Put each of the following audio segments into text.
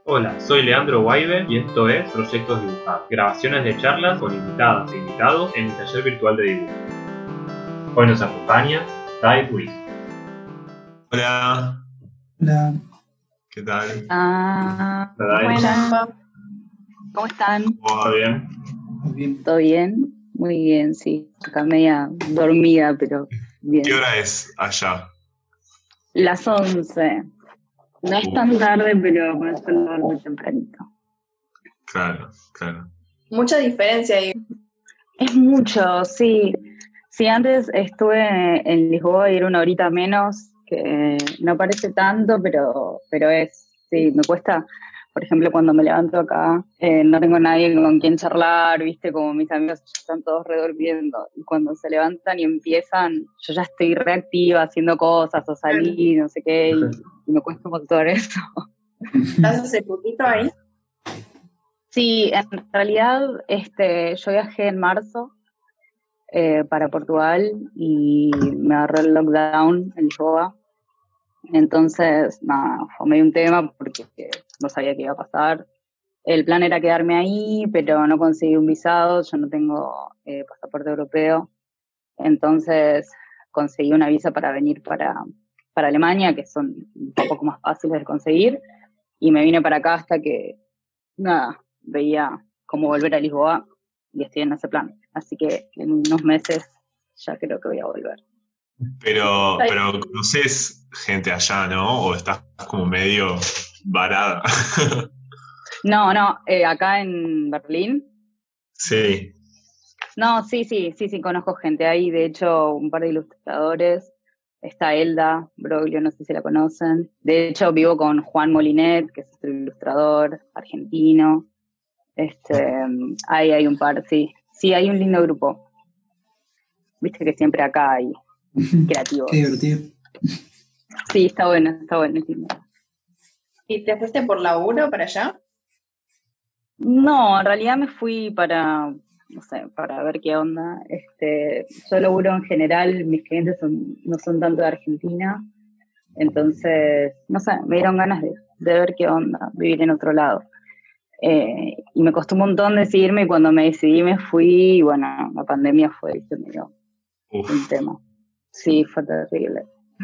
Hola, soy Leandro Guaibe y esto es Proyectos Dibujados, grabaciones de charlas con invitadas e invitados en mi taller virtual de dibujo. Hoy nos acompaña Dai Ruiz. Hola, Hola. ¿qué tal? Hola, Dai. Buenas. ¿Cómo están? ¿Cómo va? ¿Bien? Muy bien. ¿Todo bien? Muy bien, sí. Acá media dormida, pero bien. ¿Qué hora es allá? Las 11. No es tan tarde, pero puede ser muy tempranito. Claro. Mucha diferencia ahí. Es mucho, sí. Sí, antes estuve en Lisboa y era una horita menos, que no parece tanto, pero sí, me cuesta. Por ejemplo, cuando me levanto acá, no tengo nadie con quien charlar, viste, como mis amigos ya están todos redurmiendo. Y cuando se levantan y empiezan, yo ya estoy reactiva haciendo cosas o salí, no sé qué, y me cuesta un montón eso. ¿Estás hace poquito ahí? Sí, en realidad yo viajé en marzo para Portugal y me agarró el lockdown en Lisboa. Entonces, nada, fue medio un tema porque no sabía qué iba a pasar. El plan era quedarme ahí, pero no conseguí un visado, yo no tengo pasaporte europeo. Entonces conseguí una visa para venir para Alemania, que son un poco más fáciles de conseguir, y me vine para acá hasta que, nada, veía cómo volver a Lisboa y estoy en ese plan. Así que en unos meses ya creo que voy a volver. Pero conoces gente allá, ¿no? ¿O estás como medio varada? No, acá en Berlín. Sí. No, sí, conozco gente ahí, de hecho, un par de ilustradores. Está Elda Broglio, no sé si la conocen. De hecho, vivo con Juan Molinet, que es otro ilustrador argentino. Ahí hay un par, sí. Sí, hay un lindo grupo. Viste que siempre acá hay creativos. Qué divertido. Sí, está bueno, es lindo. ¿Y te fuiste por laburo para allá? No, en realidad me fui para, no sé, para ver qué onda. Yo laburo en general, mis clientes no son tanto de Argentina, entonces, no sé, me dieron ganas de ver qué onda, vivir en otro lado. Y me costó un montón decidirme y cuando me decidí me fui y bueno, la pandemia fue, viste, medio un tema. Sí, fue terrible.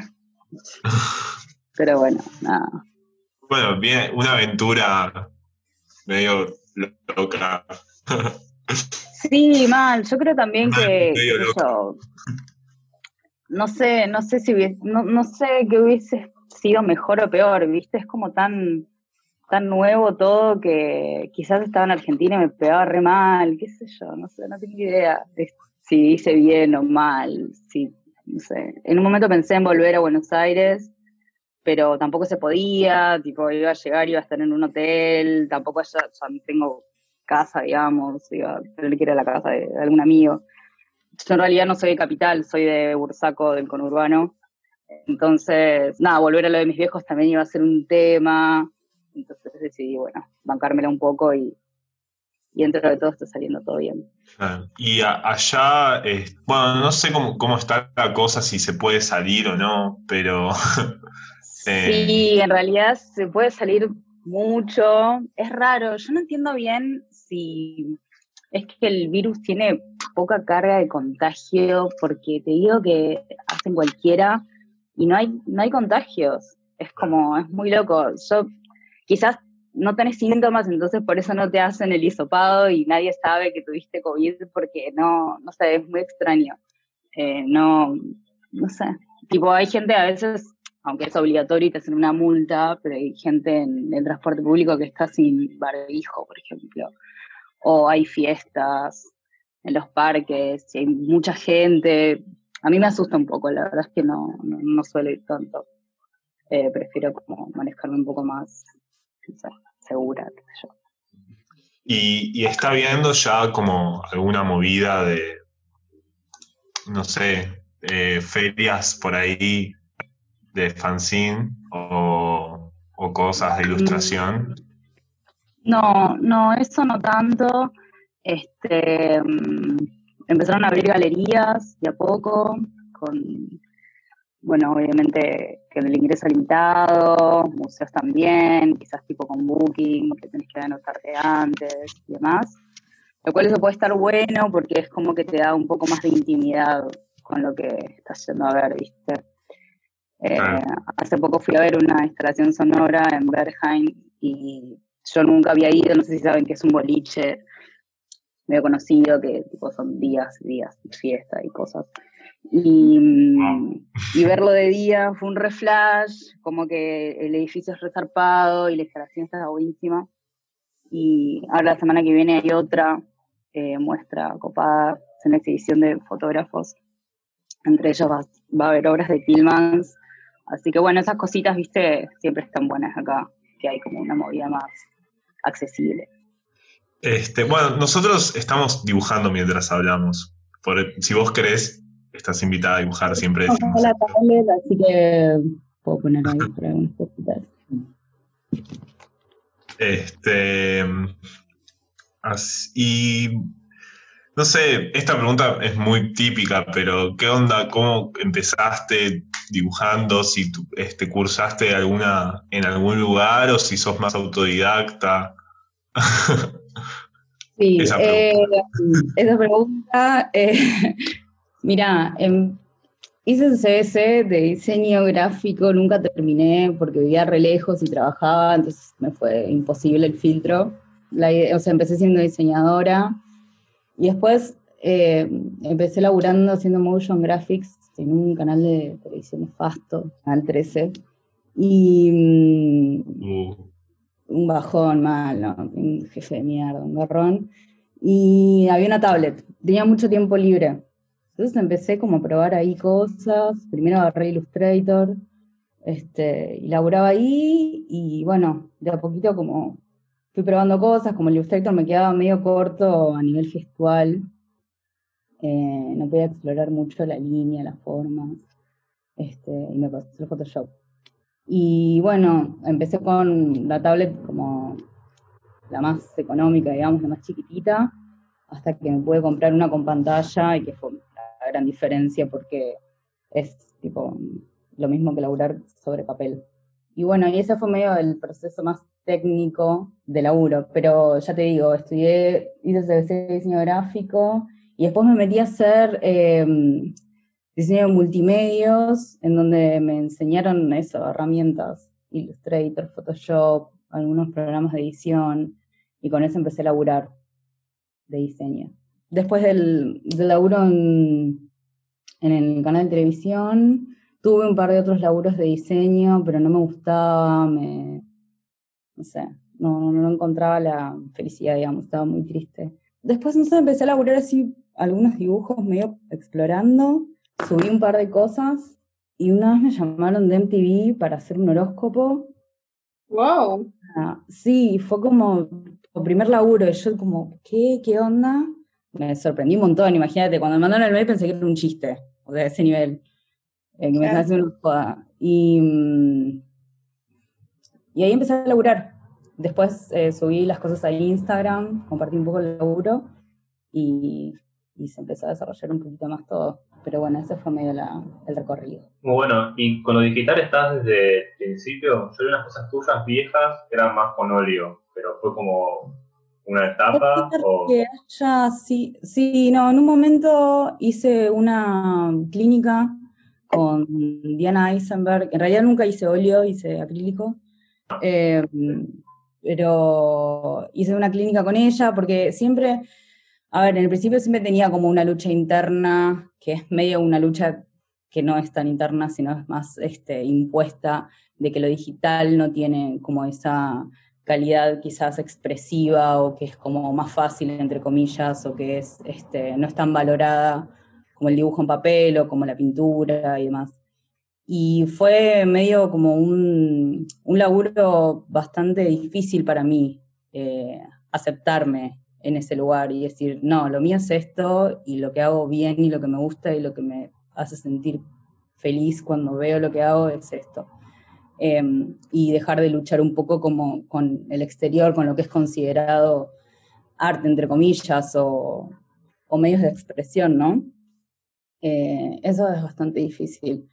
Pero bueno, nada. Bueno, bien, una aventura medio loca. Sí, mal, yo creo también que, Medio qué sé loca. yo, no sé si no sé qué hubiese sido mejor o peor, ¿viste? Es como tan nuevo todo que quizás estaba en Argentina y me pegaba re mal, qué sé yo, no sé, no tengo idea de si hice bien o mal, no sé. En un momento pensé en volver a Buenos Aires, pero tampoco se podía, tipo, iba a llegar, iba a estar en un hotel, tampoco ya no tengo casa, digamos, iba a tener que ir a la casa de algún amigo. Yo en realidad no soy de Capital, soy de Bursaco, del conurbano. Entonces, nada, volver a lo de mis viejos también iba a ser un tema. Entonces decidí, bueno, bancármela un poco y dentro de todo está saliendo todo bien. Y allá, bueno, no sé cómo está la cosa, si se puede salir o no, pero... Sí, en realidad se puede salir mucho. Es raro, yo no entiendo bien si es que el virus tiene poca carga de contagio, porque te digo que hacen cualquiera y no hay contagios. Es como, es muy loco. Yo quizás no tenés síntomas, entonces por eso no te hacen el hisopado y nadie sabe que tuviste COVID porque no sé, es muy extraño. No sé. Tipo, hay gente a veces, aunque es obligatorio y te hacen una multa, pero hay gente en el transporte público que está sin barbijo, por ejemplo. O hay fiestas en los parques, y hay mucha gente. A mí me asusta un poco, la verdad es que no suelo ir tanto. Prefiero como manejarme un poco más, no sé, segura, qué sé yo. Y está viendo ya como alguna movida de, no sé, ferias por ahí de fanzine o cosas de ilustración. No, eso no tanto. Empezaron a abrir galerías de a poco, con bueno, obviamente que el ingreso limitado, museos también, quizás tipo con Booking, que tenés que anotarte antes y demás. Lo cual eso puede estar bueno porque es como que te da un poco más de intimidad con lo que estás yendo a ver, ¿viste? Claro. Hace poco fui a ver una instalación sonora en Berghain y yo nunca había ido, no sé si saben que es un boliche medio conocido, que tipo son días y días de fiesta y cosas. Y verlo de día fue un reflash, como que el edificio es resarpado y la instalación está buenísima. Y ahora la semana que viene hay otra muestra copada, es una exhibición de fotógrafos. Entre ellos va a haber obras de Tillmans. Así que bueno, esas cositas, viste, siempre están buenas acá, que hay como una movida más accesible. Bueno, nosotros estamos dibujando mientras hablamos. Si vos querés, estás invitada a dibujar, siempre decimos La esto. tablet, así que puedo poner ahí por algunas cositas. Este, y no sé, esta pregunta es muy típica, pero ¿qué onda? ¿Cómo empezaste dibujando? Si tú, cursaste en algún lugar o si sos más autodidacta. Sí, Esa pregunta. esa pregunta, mira, hice un CBC de diseño gráfico, nunca terminé porque vivía re lejos y trabajaba, entonces me fue imposible el filtro. O sea, empecé siendo diseñadora y después empecé laburando haciendo motion graphics en un canal de televisión nefasto, Canal 13. Y un bajón mal, ¿no? Un jefe de mierda, un garrón. Y había una tablet, tenía mucho tiempo libre. Entonces empecé como a probar ahí cosas. Primero agarré Illustrator, y laburaba ahí, y bueno, de a poquito como fui probando cosas, como el Illustrator me quedaba medio corto a nivel gestual. No podía explorar mucho la línea, las formas, y me pasé el Photoshop. Y bueno, empecé con la tablet como la más económica, digamos, la más chiquitita, hasta que me pude comprar una con pantalla y que fue la gran diferencia porque es tipo lo mismo que laburar sobre papel. Y bueno, y ese fue medio el proceso más técnico de laburo, pero ya te digo, hice CBC de diseño gráfico y después me metí a hacer diseño de multimedios, en donde me enseñaron eso, herramientas, Illustrator, Photoshop, algunos programas de edición, y con eso empecé a laburar de diseño. Después del laburo en el canal de televisión, tuve un par de otros laburos de diseño, pero no me gustaba, no sé, no encontraba la felicidad, digamos, estaba muy triste. Después, no sé, empecé a laburar así algunos dibujos medio explorando, subí un par de cosas, y una vez me llamaron de MTV para hacer un horóscopo. ¡Wow! Sí, fue como el primer laburo, y yo como, ¿qué onda? Me sorprendí un montón, imagínate, cuando me mandaron el mail pensé que era un chiste, o sea, ese nivel, que me estaban haciendo una joda. Y ahí empecé a laburar. Después subí las cosas a Instagram, compartí un poco el laburo, y se empezó a desarrollar un poquito más todo. Pero bueno, ese fue medio el recorrido. Muy bueno, y con lo digital estás desde el principio. Yo vi unas cosas tuyas viejas que eran más con óleo, pero fue como una etapa o... Sí, no, en un momento hice una clínica con Diana Eisenberg. En realidad nunca hice óleo, hice acrílico. Pero hice una clínica con ella porque siempre, a ver, en el principio siempre tenía como una lucha interna, que es medio una lucha que no es tan interna, sino es más impuesta, de que lo digital no tiene como esa calidad quizás expresiva, o que es como más fácil, entre comillas, o que es no es tan valorada como el dibujo en papel o como la pintura y demás. Y fue medio como un laburo bastante difícil para mí, aceptarme en ese lugar y decir, no, lo mío es esto, y lo que hago bien y lo que me gusta y lo que me hace sentir feliz cuando veo lo que hago es esto. Y dejar de luchar un poco como con el exterior, con lo que es considerado arte, entre comillas, o medios de expresión, ¿no? Eso es bastante difícil.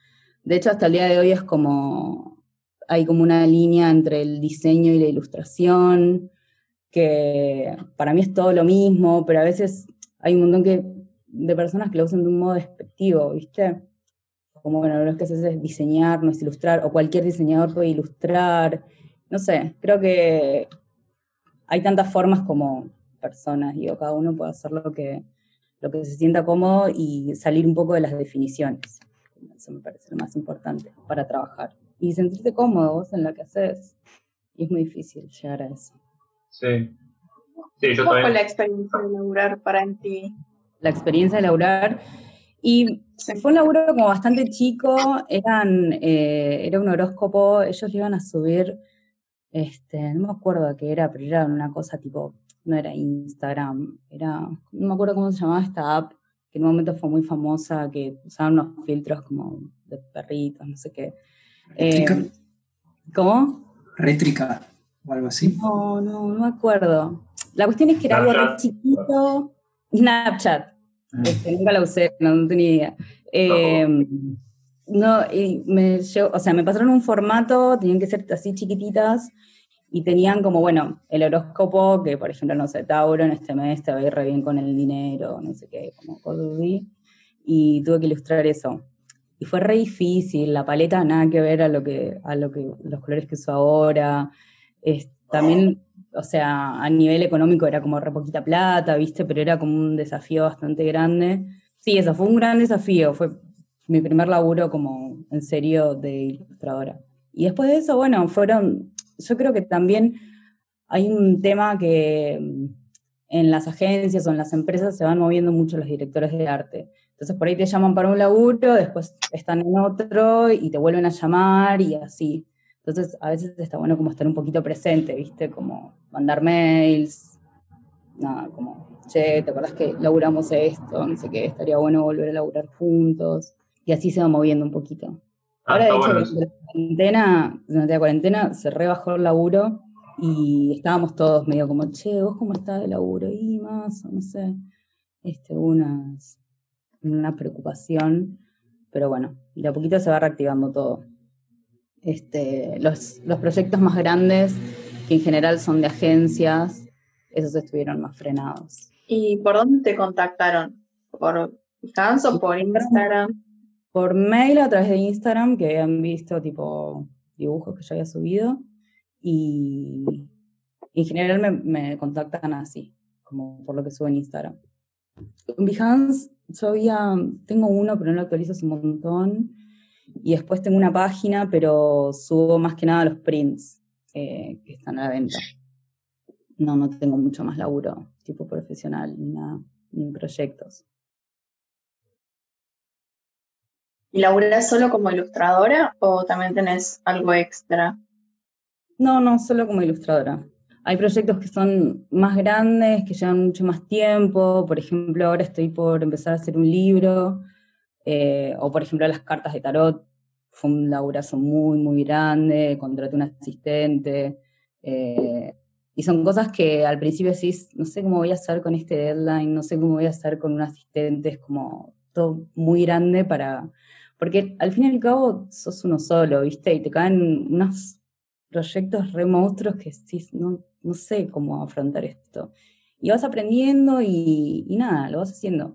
De hecho, hasta el día de hoy hay como una línea entre el diseño y la ilustración, que para mí es todo lo mismo, pero a veces hay un montón de personas que lo usan de un modo despectivo, ¿viste? Como, bueno, lo que haces es diseñar, no es ilustrar, o cualquier diseñador puede ilustrar. No sé, creo que hay tantas formas como personas, digo, cada uno puede hacer lo que se sienta cómodo y salir un poco de las definiciones. Eso me parece lo más importante para trabajar. Y sentirte cómodo vos en lo que haces. Y es muy difícil llegar a eso. Sí. Sí, yo ¿Cómo fue también. la experiencia de laburar para MTV? La experiencia de laburar. Y Sí. fue un laburo como bastante chico, era un horóscopo, ellos le iban a subir, no me acuerdo a qué era, pero era una cosa tipo, no era Instagram, no me acuerdo cómo se llamaba esta app, que en un momento fue muy famosa, que usaban unos filtros como de perritos, no sé qué. ¿Rétrica? ¿Cómo? ¿Rétrica o algo así? No me acuerdo. La cuestión es que era algo re Snapchat. chiquito. Snapchat. Nunca la usé, no tenía idea. No, y me pasaron un formato, tenían que ser así chiquititas, y tenían como, bueno, el horóscopo, que por ejemplo, no sé, Tauro en este mes te va a ir re bien con el dinero, no sé qué, como cosas así, y tuve que ilustrar eso. Y fue re difícil, la paleta nada que ver a lo que los colores que uso ahora. También, o sea, a nivel económico era como re poquita plata, ¿viste? Pero era como un desafío bastante grande. Sí, eso fue un gran desafío, fue mi primer laburo como en serio de ilustradora. Y después de eso, bueno, yo creo que también hay un tema que en las agencias o en las empresas se van moviendo mucho los directores de arte. Entonces por ahí te llaman para un laburo, después están en otro y te vuelven a llamar y así. Entonces a veces está bueno como estar un poquito presente, ¿viste? Como mandar mails, nada, como, che, ¿te acordás que laburamos esto? No sé qué, estaría bueno volver a laburar juntos. Y así se va moviendo un poquito. Ahora, de Está hecho, bueno. durante la cuarentena se rebajó el laburo y estábamos todos medio como, che, ¿vos cómo estás de laburo? Y más, no sé, una preocupación, pero bueno, de a poquito se va reactivando todo. Los proyectos más grandes, que en general son de agencias, esos estuvieron más frenados. ¿Y por dónde te contactaron? ¿Por Behance o por Instagram? Por mail a través de Instagram, que habían visto tipo dibujos que yo había subido, y en general me contactan así, como por lo que subo en Instagram. En Behance tengo uno, pero no lo actualizo hace un montón, y después tengo una página, pero subo más que nada los prints que están a la venta. No tengo mucho más laburo, tipo profesional, ni nada, ni proyectos. ¿Y laburás solo como ilustradora o también tenés algo extra? No, solo como ilustradora. Hay proyectos que son más grandes, que llevan mucho más tiempo. Por ejemplo, ahora estoy por empezar a hacer un libro, o por ejemplo las cartas de tarot. Fue un laburazo muy, muy grande, contraté un asistente, y son cosas que al principio decís, no sé cómo voy a hacer con este deadline, no sé cómo voy a hacer con un asistente, es como todo muy grande porque al fin y al cabo sos uno solo, ¿viste? Y te caen unos proyectos re monstruos que decís, no sé cómo afrontar esto. Y vas aprendiendo y nada, lo vas haciendo.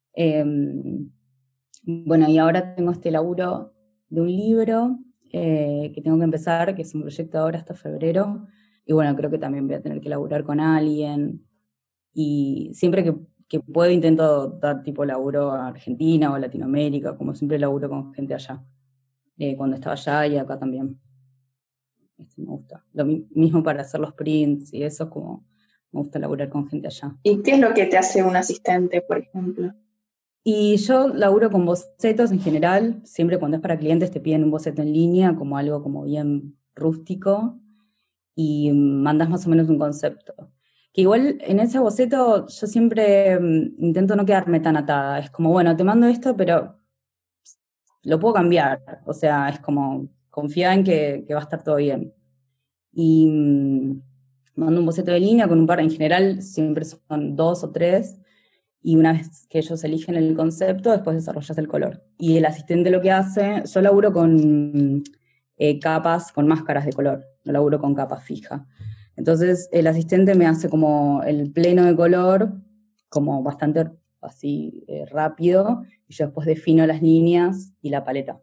Bueno, y ahora tengo este laburo de un libro que tengo que empezar, que es un proyecto ahora hasta febrero, y bueno, creo que también voy a tener que laburar con alguien, y siempre que puedo intento dar tipo laburo a Argentina o a Latinoamérica, como siempre laburo con gente allá, cuando estaba allá y acá también. Me gusta. Lo mismo para hacer los prints y eso, como me gusta laburar con gente allá. ¿Y qué es lo que te hace un asistente, por ejemplo? Y yo laburo con bocetos en general, siempre cuando es para clientes te piden un boceto en línea, como algo como bien rústico, y mandas más o menos un concepto. Que igual en ese boceto yo siempre intento no quedarme tan atada, es como, bueno, te mando esto, pero lo puedo cambiar, o sea, es como, confía en que va a estar todo bien. Y mando un boceto de línea con un par, en general siempre son 2 o 3, y una vez que ellos eligen el concepto, después desarrollas el color. Y el asistente lo que hace, yo laburo con capas, con máscaras de color, no laburo con capa fija. Entonces el asistente me hace como el pleno de color, como bastante así rápido, y yo después defino las líneas y la paleta.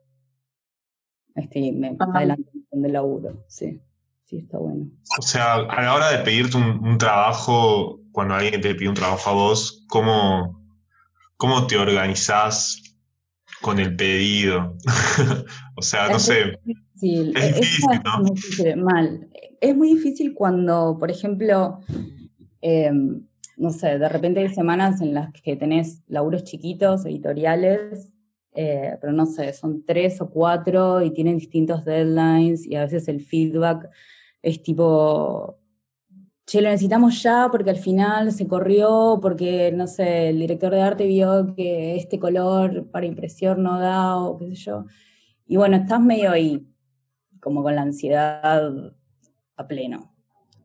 Me adelanto del laburo, sí, está bueno. O sea, a la hora de pedirte un trabajo, cuando alguien te pide un trabajo a vos, ¿cómo te organizás con el pedido? O sea, no sé, Sí, es difícil, ¿no? muy difícil, mal. Es muy difícil cuando, por ejemplo, no sé, de repente hay semanas en las que tenés laburos chiquitos, editoriales, pero no sé, son 3 o 4 y tienen distintos deadlines y a veces el feedback es tipo, che, lo necesitamos ya porque al final se corrió, porque, no sé, el director de arte vio que este color para impresión no da o qué sé yo. Y bueno, estás medio ahí, como con la ansiedad a pleno.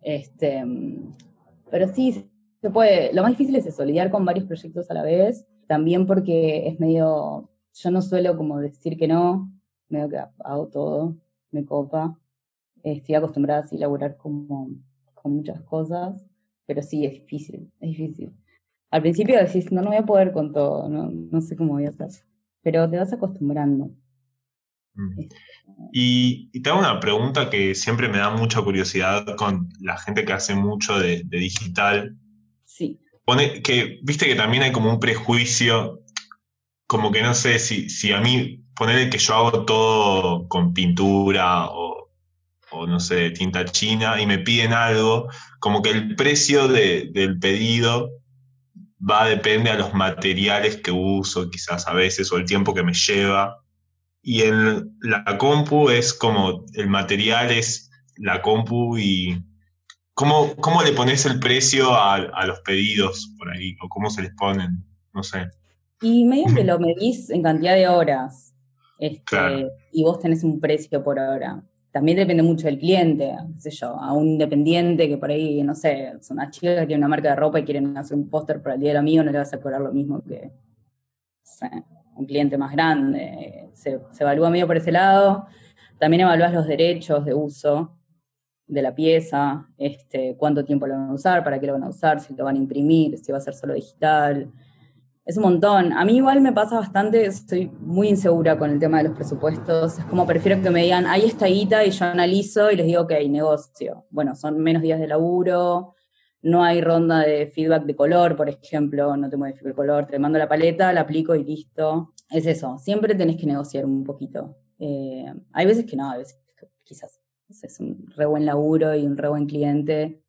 Pero sí, se puede. Lo más difícil es eso, lidiar con varios proyectos a la vez, también porque es medio, yo no suelo como decir que no, medio que hago todo, me copa. Estoy acostumbrada así a laburar como con muchas cosas, pero sí, es difícil, es difícil. Al principio decís, no voy a poder con todo, no sé cómo voy a hacer, pero te vas acostumbrando. Y te hago una pregunta que siempre me da mucha curiosidad con la gente que hace mucho de digital. Sí. Viste que también hay como un prejuicio, como que no sé si a mí, ponerle que yo hago todo con pintura o no sé, tinta china y me piden algo, como que el precio del pedido depende a los materiales que uso, quizás a veces, o el tiempo que me lleva. Y en la compu es como el material es la compu y ¿cómo le pones el precio a los pedidos por ahí? ¿O cómo se les ponen? No sé. Y medio que lo medís en cantidad de horas, Claro. y vos tenés un precio por hora. También depende mucho del cliente, qué sé yo, a un independiente que por ahí, no sé, es una chica que tiene una marca de ropa y quieren hacer un póster para el Día del Amigo, no le vas a cobrar lo mismo que, no sé, un cliente más grande. Se evalúa medio por ese lado. También evalúas los derechos de uso de la pieza, cuánto tiempo lo van a usar, para qué lo van a usar, si lo van a imprimir, si va a ser solo digital. Es un montón. A mí igual me pasa bastante, estoy muy insegura con el tema de los presupuestos. Es como prefiero que me digan, ahí está guita, y yo analizo y les digo, ok, negocio. Bueno, son menos días de laburo, no hay ronda de feedback de color, por ejemplo, no te modifico el color, te mando la paleta, la aplico y listo. Es eso, siempre tenés que negociar un poquito. Hay veces que no, hay veces que quizás es un re buen laburo y un re buen cliente.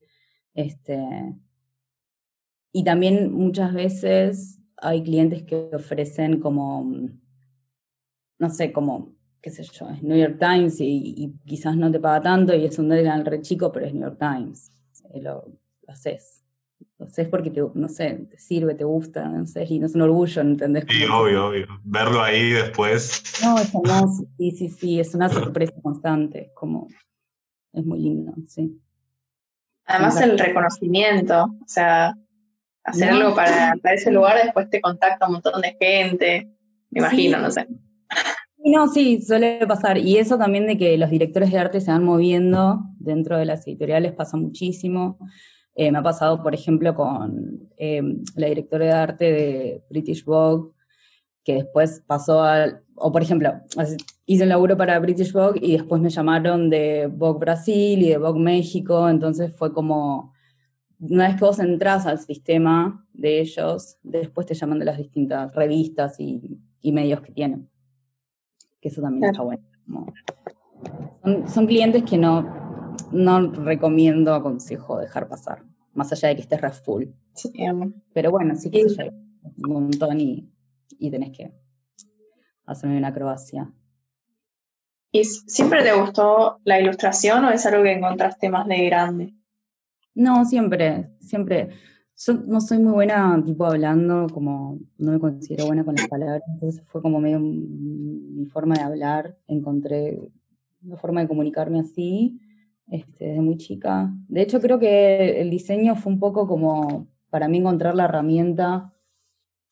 Y también muchas veces hay clientes que ofrecen como, no sé, como, qué sé yo, es New York Times y quizás no te paga tanto y es un deadline re chico, pero es New York Times. Lo haces. Lo haces porque, no sé, te sirve, te gusta, no sé, y no es un orgullo, ¿entendés? Sí, Como obvio. Verlo ahí después. no, es hermoso, sí, es una sorpresa constante, es muy lindo, sí. Además el reconocimiento, o sea, hacer algo para ese lugar, después te contacta un montón de gente, me imagino, sí. no sé. No, sí, suele pasar. Y eso también de que los directores de arte se van moviendo dentro de las editoriales pasa muchísimo. Me ha pasado, por ejemplo, con la directora de arte de British Vogue, que después pasó o por ejemplo, hice un laburo para British Vogue y después me llamaron de Vogue Brasil y de Vogue México, entonces fue como, una vez que vos entras al sistema de ellos, después te llaman de las distintas revistas y medios que tienen. Que eso también está bueno. Son clientes que no recomiendo, aconsejo dejar pasar, más allá de que estés re full. Sí, pero bueno, sí que se un montón y tenés que hacerme una acrobacia. ¿Y siempre te gustó la ilustración o es algo que encontraste más de grande? No, siempre. Yo no soy muy buena, tipo, hablando, como no me considero buena con las palabras, entonces fue como medio mi forma de hablar, encontré una forma de comunicarme así, desde muy chica. De hecho, creo que el diseño fue un poco como, para mí, encontrar la herramienta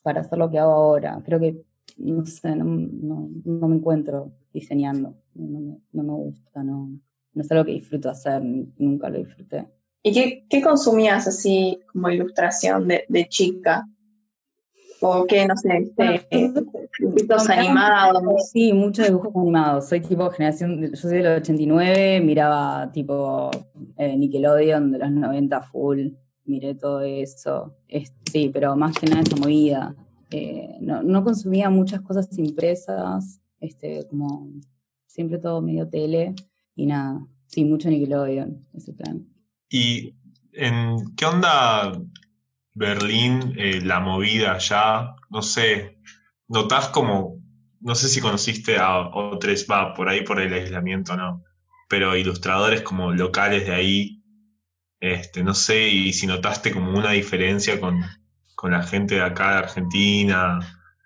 para hacer lo que hago ahora. Creo que, no sé, no me encuentro diseñando, no me gusta, no es algo que disfruto hacer, nunca lo disfruté. ¿Y qué consumías así como ilustración de chica? ¿O qué, no sé, dibujitos animados? Sí, muchos dibujos animados. Soy tipo generación, yo soy del 89, miraba tipo Nickelodeon de los 90 full, miré todo eso. Sí, pero más que nada esa movida. No consumía muchas cosas impresas, como siempre todo medio tele y nada. Sí, mucho Nickelodeon, ese plan. ¿Y en qué onda Berlín, la movida allá? No sé, notás como, no sé si conociste a otros, va, por ahí por el aislamiento, ¿no? Pero ilustradores como locales de ahí, no sé, y si notaste como una diferencia con la gente de acá de Argentina.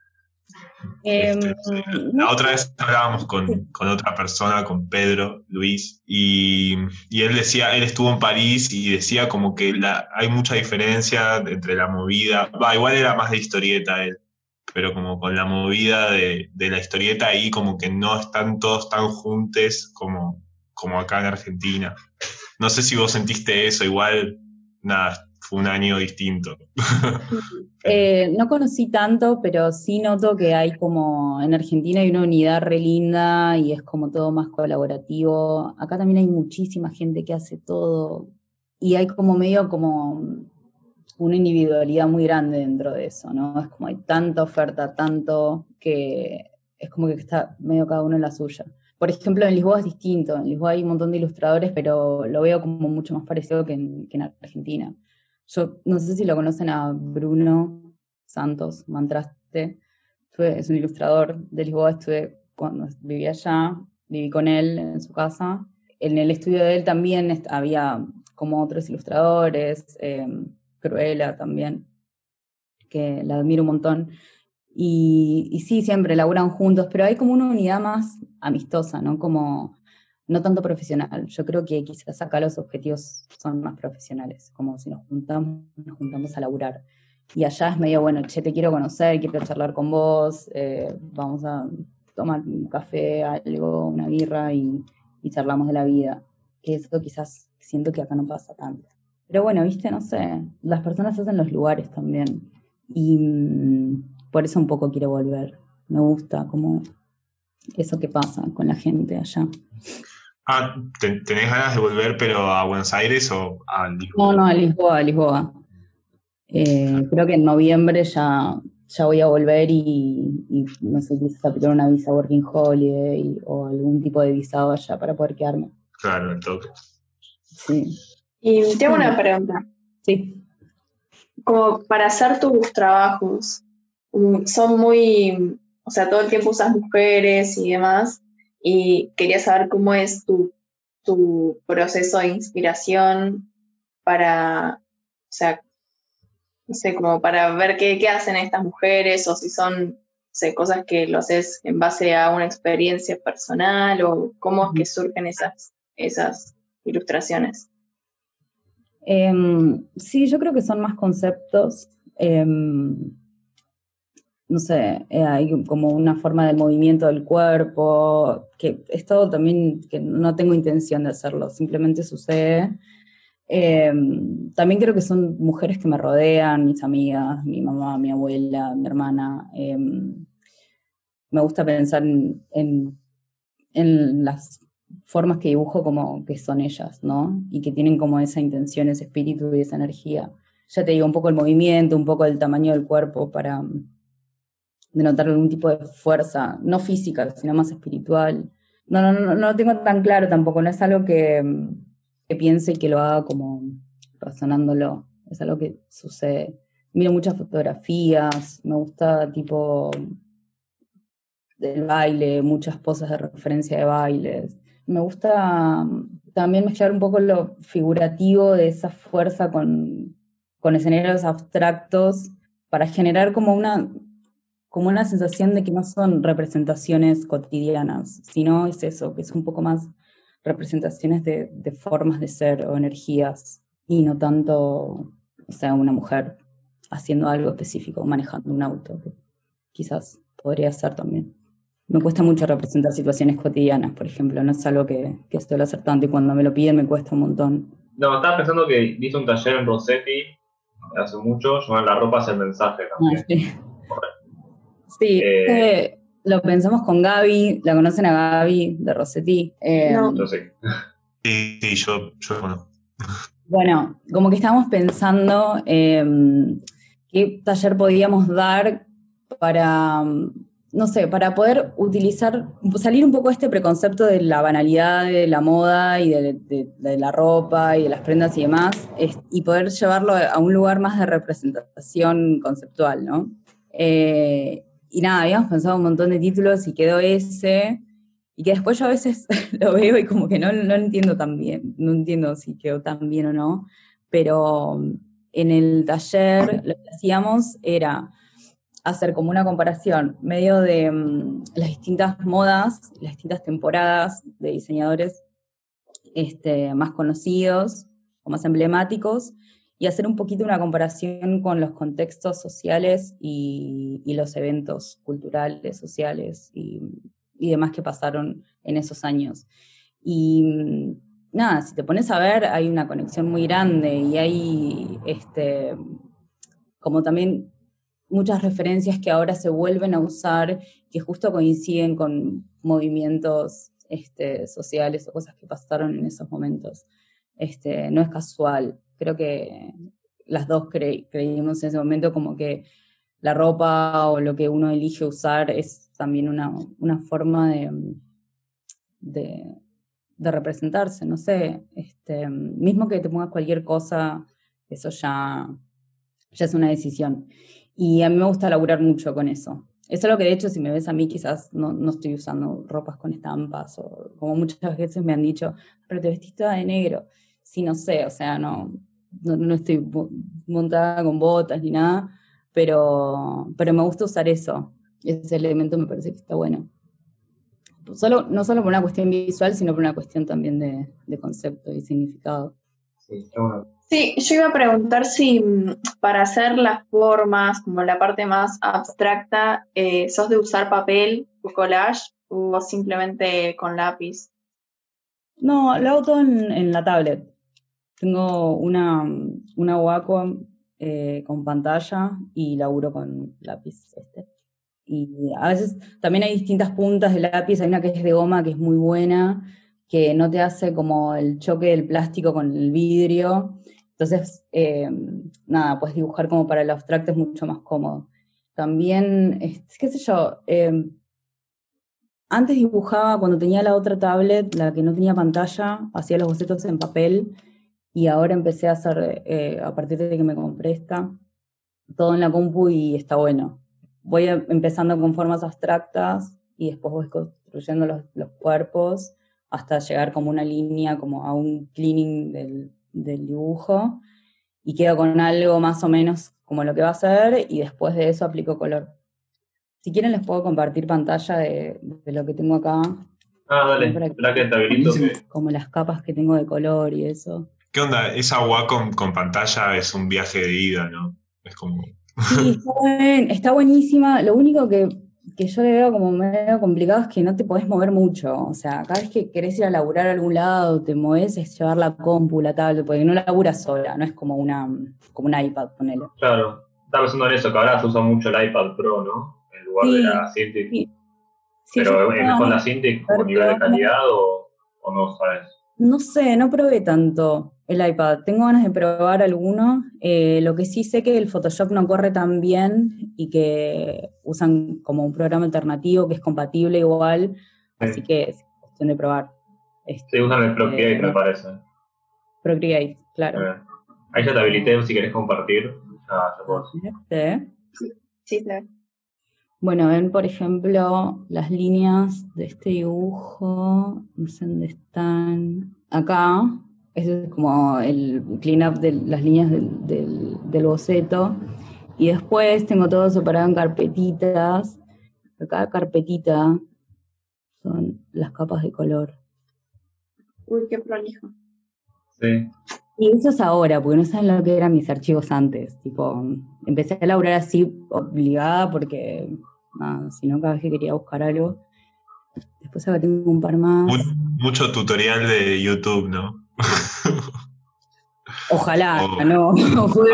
No sé. No La otra sé. vez hablábamos con otra persona, con Pedro Luis, y él decía, él estuvo en París y decía como que hay mucha diferencia entre la movida, va, igual era más de historieta él, pero como con la movida de la historieta ahí como que no están todos tan juntos como acá en Argentina. No sé si vos sentiste eso, igual, nada, fue un año distinto. No conocí tanto, pero sí noto que hay como, en Argentina hay una unidad re linda y es como todo más colaborativo. Acá también hay muchísima gente que hace todo y hay como medio como una individualidad muy grande dentro de eso, ¿no? Es como hay tanta oferta, tanto que es como que está medio cada uno en la suya. Por ejemplo, en Lisboa es distinto. En Lisboa hay un montón de ilustradores, pero lo veo como mucho más parecido que en Argentina. Yo no sé si lo conocen a Bruno Santos Mantraste. Es un ilustrador de Lisboa. Estuve cuando vivía allá, viví con él en su casa. En el estudio de él también había como otros ilustradores, Cruella también, que la admiro un montón. Y sí, siempre laburan juntos, pero hay como una unidad más amistosa, ¿no? Como no tanto profesional. Yo creo que quizás acá los objetivos son más profesionales, como si nos juntamos a laburar. Y allá es medio, bueno, che, te quiero conocer, quiero charlar con vos, vamos a tomar un café, algo, una birra y charlamos de la vida. Que eso quizás siento que acá no pasa tanto. Pero bueno, viste, no sé, las personas hacen los lugares también. Y por eso un poco quiero volver. Me gusta como eso que pasa con la gente allá. Ah, ¿tenés ganas de volver, pero a Buenos Aires o a Lisboa? No, a Lisboa. Creo que en noviembre ya voy a volver y no sé, quizás aplicar una visa Working Holiday o algún tipo de visado allá para poder quedarme. Claro, el toque. Sí. Y tengo una pregunta. Sí. Como para hacer tus trabajos, son muy, o sea, todo el tiempo usas mujeres y demás, y quería saber cómo es tu proceso de inspiración para, o sea, no sé, como para ver qué hacen estas mujeres, o si son, no sé, cosas que lo haces en base a una experiencia personal, o cómo es que surgen esas ilustraciones. Sí, yo creo que son más conceptos. No sé, hay como una forma de movimiento del cuerpo, que es todo también que no tengo intención de hacerlo, simplemente sucede. También creo que son mujeres que me rodean, mis amigas, mi mamá, mi abuela, mi hermana. Me gusta pensar en las formas que dibujo como que son ellas, ¿no? Y que tienen como esa intención, ese espíritu y esa energía. Ya te digo, un poco el movimiento, un poco el tamaño del cuerpo para denotar algún tipo de fuerza, no física, sino más espiritual. No lo tengo tan claro tampoco, no es algo que piense y que lo haga como razonándolo, es algo que sucede. Miro muchas fotografías, me gusta tipo del baile, muchas poses de referencia de bailes. Me gusta también mezclar un poco lo figurativo de esa fuerza con escenarios abstractos para generar como una sensación de que no son representaciones cotidianas, sino es eso, que es un poco más representaciones de formas de ser o energías, y no tanto, o sea, una mujer haciendo algo específico, manejando un auto, que quizás podría ser también. Me cuesta mucho representar situaciones cotidianas, por ejemplo, no es algo que suelo hacer tanto y cuando me lo piden me cuesta un montón. No, estaba pensando que viste un taller en Rossetti hace mucho, llamado La ropa es el mensaje también. Sí, sí, lo pensamos con Gaby, ¿la conocen a Gaby de Rossetti? No. Yo sé. Sí, yo conozco. Bueno, como que estábamos pensando qué taller podíamos dar para, no sé, para poder utilizar, salir un poco de este preconcepto de la banalidad de la moda y de la ropa y de las prendas y demás, y poder llevarlo a un lugar más de representación conceptual, ¿no? Y nada, habíamos pensado un montón de títulos y quedó ese. Y que después yo a veces lo veo y como que no entiendo tan bien, no entiendo si quedó tan bien o no, pero en el taller lo que hacíamos era hacer como una comparación medio de las distintas modas, las distintas temporadas de diseñadores más conocidos o más emblemáticos, y hacer un poquito una comparación con los contextos sociales y los eventos culturales, sociales y demás que pasaron en esos años. Y nada, si te pones a ver, hay una conexión muy grande y hay como también muchas referencias que ahora se vuelven a usar que justo coinciden con movimientos sociales o cosas que pasaron en esos momentos. No es casual. Creo que las dos creímos en ese momento como que la ropa o lo que uno elige usar es también una forma de representarse, no sé, mismo que te pongas cualquier cosa, eso ya es una decisión. Y a mí me gusta laburar mucho con eso. Es algo que de hecho si me ves a mí quizás no estoy usando ropas con estampas o como muchas veces me han dicho, pero te vestís toda de negro. Sí, no sé, o sea, no estoy montada con botas ni nada, pero me gusta usar eso. Ese elemento me parece que está bueno. No solo por una cuestión visual, sino por una cuestión también de concepto y significado. Sí, está bueno. Sí, yo iba a preguntar si para hacer las formas, como la parte más abstracta, ¿sos de usar papel o collage o simplemente con lápiz? No, lo hago todo en la tablet. Tengo una Wacom con pantalla y laburo con lápiz. Y a veces también hay distintas puntas de lápiz, hay una que es de goma que es muy buena, que no te hace como el choque del plástico con el vidrio. Entonces, nada, puedes dibujar como para el abstracto, es mucho más cómodo. También, qué sé yo, antes dibujaba cuando tenía la otra tablet, la que no tenía pantalla, hacía los bocetos en papel, y ahora empecé a hacer, a partir de que me compré esta, todo en la compu y está bueno. Voy empezando con formas abstractas y después voy construyendo los cuerpos hasta llegar como una línea, como a un cleaning del dibujo, y quedo con algo más o menos como lo que va a ser, y después de eso aplico color. Si quieren les puedo compartir pantalla de lo que tengo acá. Dale, Para que te habilito. como las capas que tengo de color y eso. ¿Qué onda? Esa Wacom con pantalla es un viaje de ida, ¿no? Es como... Sí, está buenísima. Lo único que yo le veo como medio complicado es que no te podés mover mucho. O sea, cada vez que querés ir a laburar a algún lado, te movés, es llevar la compu, la tablet, porque no laburas sola, no es como una iPad, ponele. Claro, estaba pensando en eso, que ahora se usa mucho el iPad Pro, ¿no? En lugar de la Cintiq. Sí. Pero ¿es mejor la Cintiq como nivel de calidad o no sabes? No sé, no probé tanto el iPad. Tengo ganas de probar alguno. Lo que sí sé que el Photoshop no corre tan bien y que usan como un programa alternativo que es compatible igual. Sí. Así que es cuestión de probar. Sí, usan el Procreate, me parece. Procreate, claro. Ahí ya te habilité si querés compartir. Ya puedo. Sí, claro. Bueno, ven, por ejemplo, las líneas de este dibujo, no sé dónde están. Acá, ese es como el clean-up de las líneas del boceto. Y después tengo todo separado en carpetitas. Cada carpetita son las capas de color. Uy, qué prolijo. Sí. Y eso es ahora, porque no saben lo que eran mis archivos antes. Tipo, empecé a laburar así obligada porque, nada, si no, cada vez que quería buscar algo. Después ahora tengo un par más. Mucho tutorial de YouTube, ¿no? Ojalá, Oh. no. Fue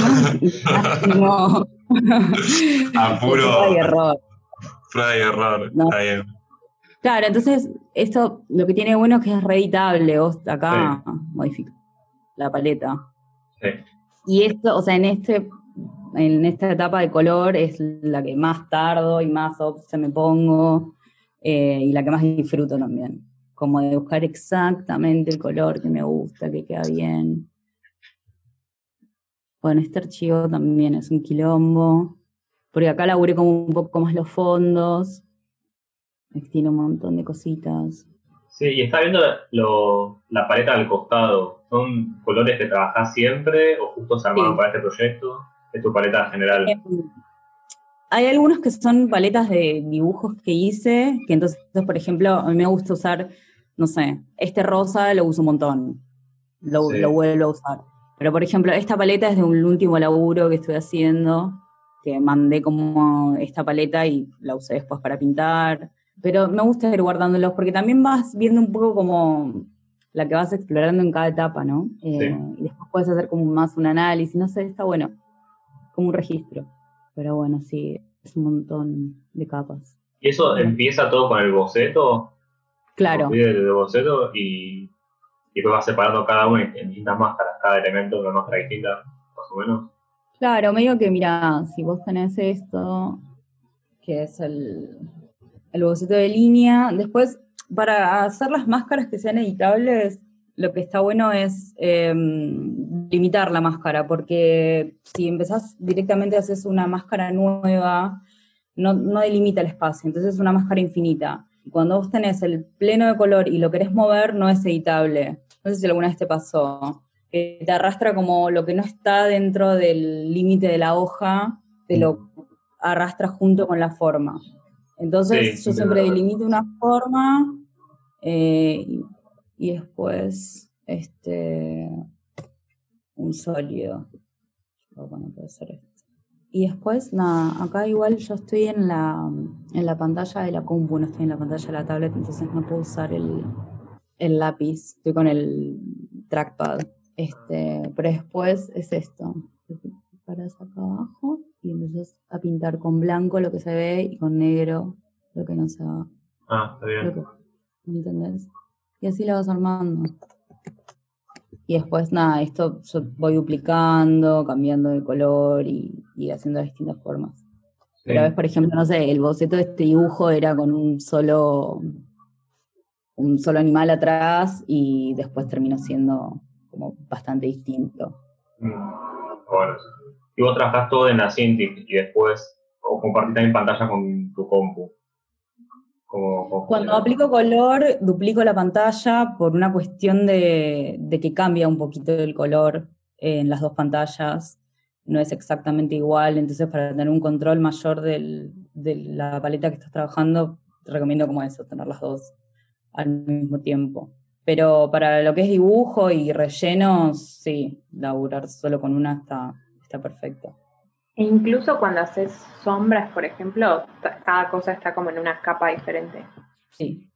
No. no. A puro Prueba y error. prueba y error. No. Está bien. Claro, entonces, esto lo que tiene bueno es que es reeditable. Vos acá modificás la paleta. Sí. Y esto, o sea, en esta etapa de color es la que más tardo y más se me pongo, y la que más disfruto también. Como de buscar exactamente el color que me gusta, que queda bien. Bueno, este archivo también es un quilombo, porque acá laburé como un poco más los fondos. Tiene un montón de cositas. Sí, y está viendo la paleta al costado. ¿Son colores que trabajás siempre o justo se armaron para este proyecto? ¿Es tu paleta general? Hay algunos que son paletas de dibujos que hice, que entonces, por ejemplo, a mí me gusta usar, no sé, este rosa lo uso un montón, lo vuelvo a usar. Pero, por ejemplo, esta paleta es de un último laburo que estoy haciendo, que mandé como esta paleta y la usé después para pintar. Pero me gusta ir guardándolos porque también vas viendo un poco como la que vas explorando en cada etapa, ¿no? Y después puedes hacer como más un análisis, no sé, está bueno, como un registro. Pero bueno, sí, es un montón de capas. ¿Y eso empieza todo con el boceto? Claro. El boceto y después vas separando cada uno en distintas máscaras, cada elemento en una máscara distinta, más o menos. Claro, medio que mira, si vos tenés esto, que es el boceto de línea, después para hacer las máscaras que sean editables, lo que está bueno es limitar la máscara, porque si empezás directamente haces una máscara nueva, no delimita el espacio, entonces es una máscara infinita. Y cuando vos tenés el pleno de color y lo querés mover, no es editable. No sé si alguna vez te pasó. Te arrastra como lo que no está dentro del límite de la hoja, te lo arrastra junto con la forma. Entonces yo siempre delimito una forma y después un sólido. Bueno, puede ser esto. Y después, nada, acá igual yo estoy en la pantalla de la compu, no estoy en la pantalla de la tablet, entonces no puedo usar el lápiz, estoy con el trackpad. Pero después es esto. Paras acá abajo y empiezas a pintar con blanco lo que se ve y con negro lo que no se va. Ah, está bien. ¿Me entendés? Y así la vas armando. Y después, nada, esto yo voy duplicando, cambiando de color y haciendo distintas formas. Sí. Pero ves, por ejemplo, no sé, el boceto de este dibujo era con un solo animal atrás y después terminó siendo como bastante distinto. Bueno, y vos trabajás todo en la Cintiq y después o compartís también pantalla con tu compu. Cuando aplico color, duplico la pantalla por una cuestión de que cambia un poquito el color en las dos pantallas. No es exactamente igual, entonces para tener un control mayor de la paleta que estás trabajando, te recomiendo como eso, tener las dos al mismo tiempo. Pero para lo que es dibujo y rellenos, sí, laburar solo con una está perfecto. E incluso cuando haces sombras, por ejemplo, cada cosa está como en una capa diferente. Sí.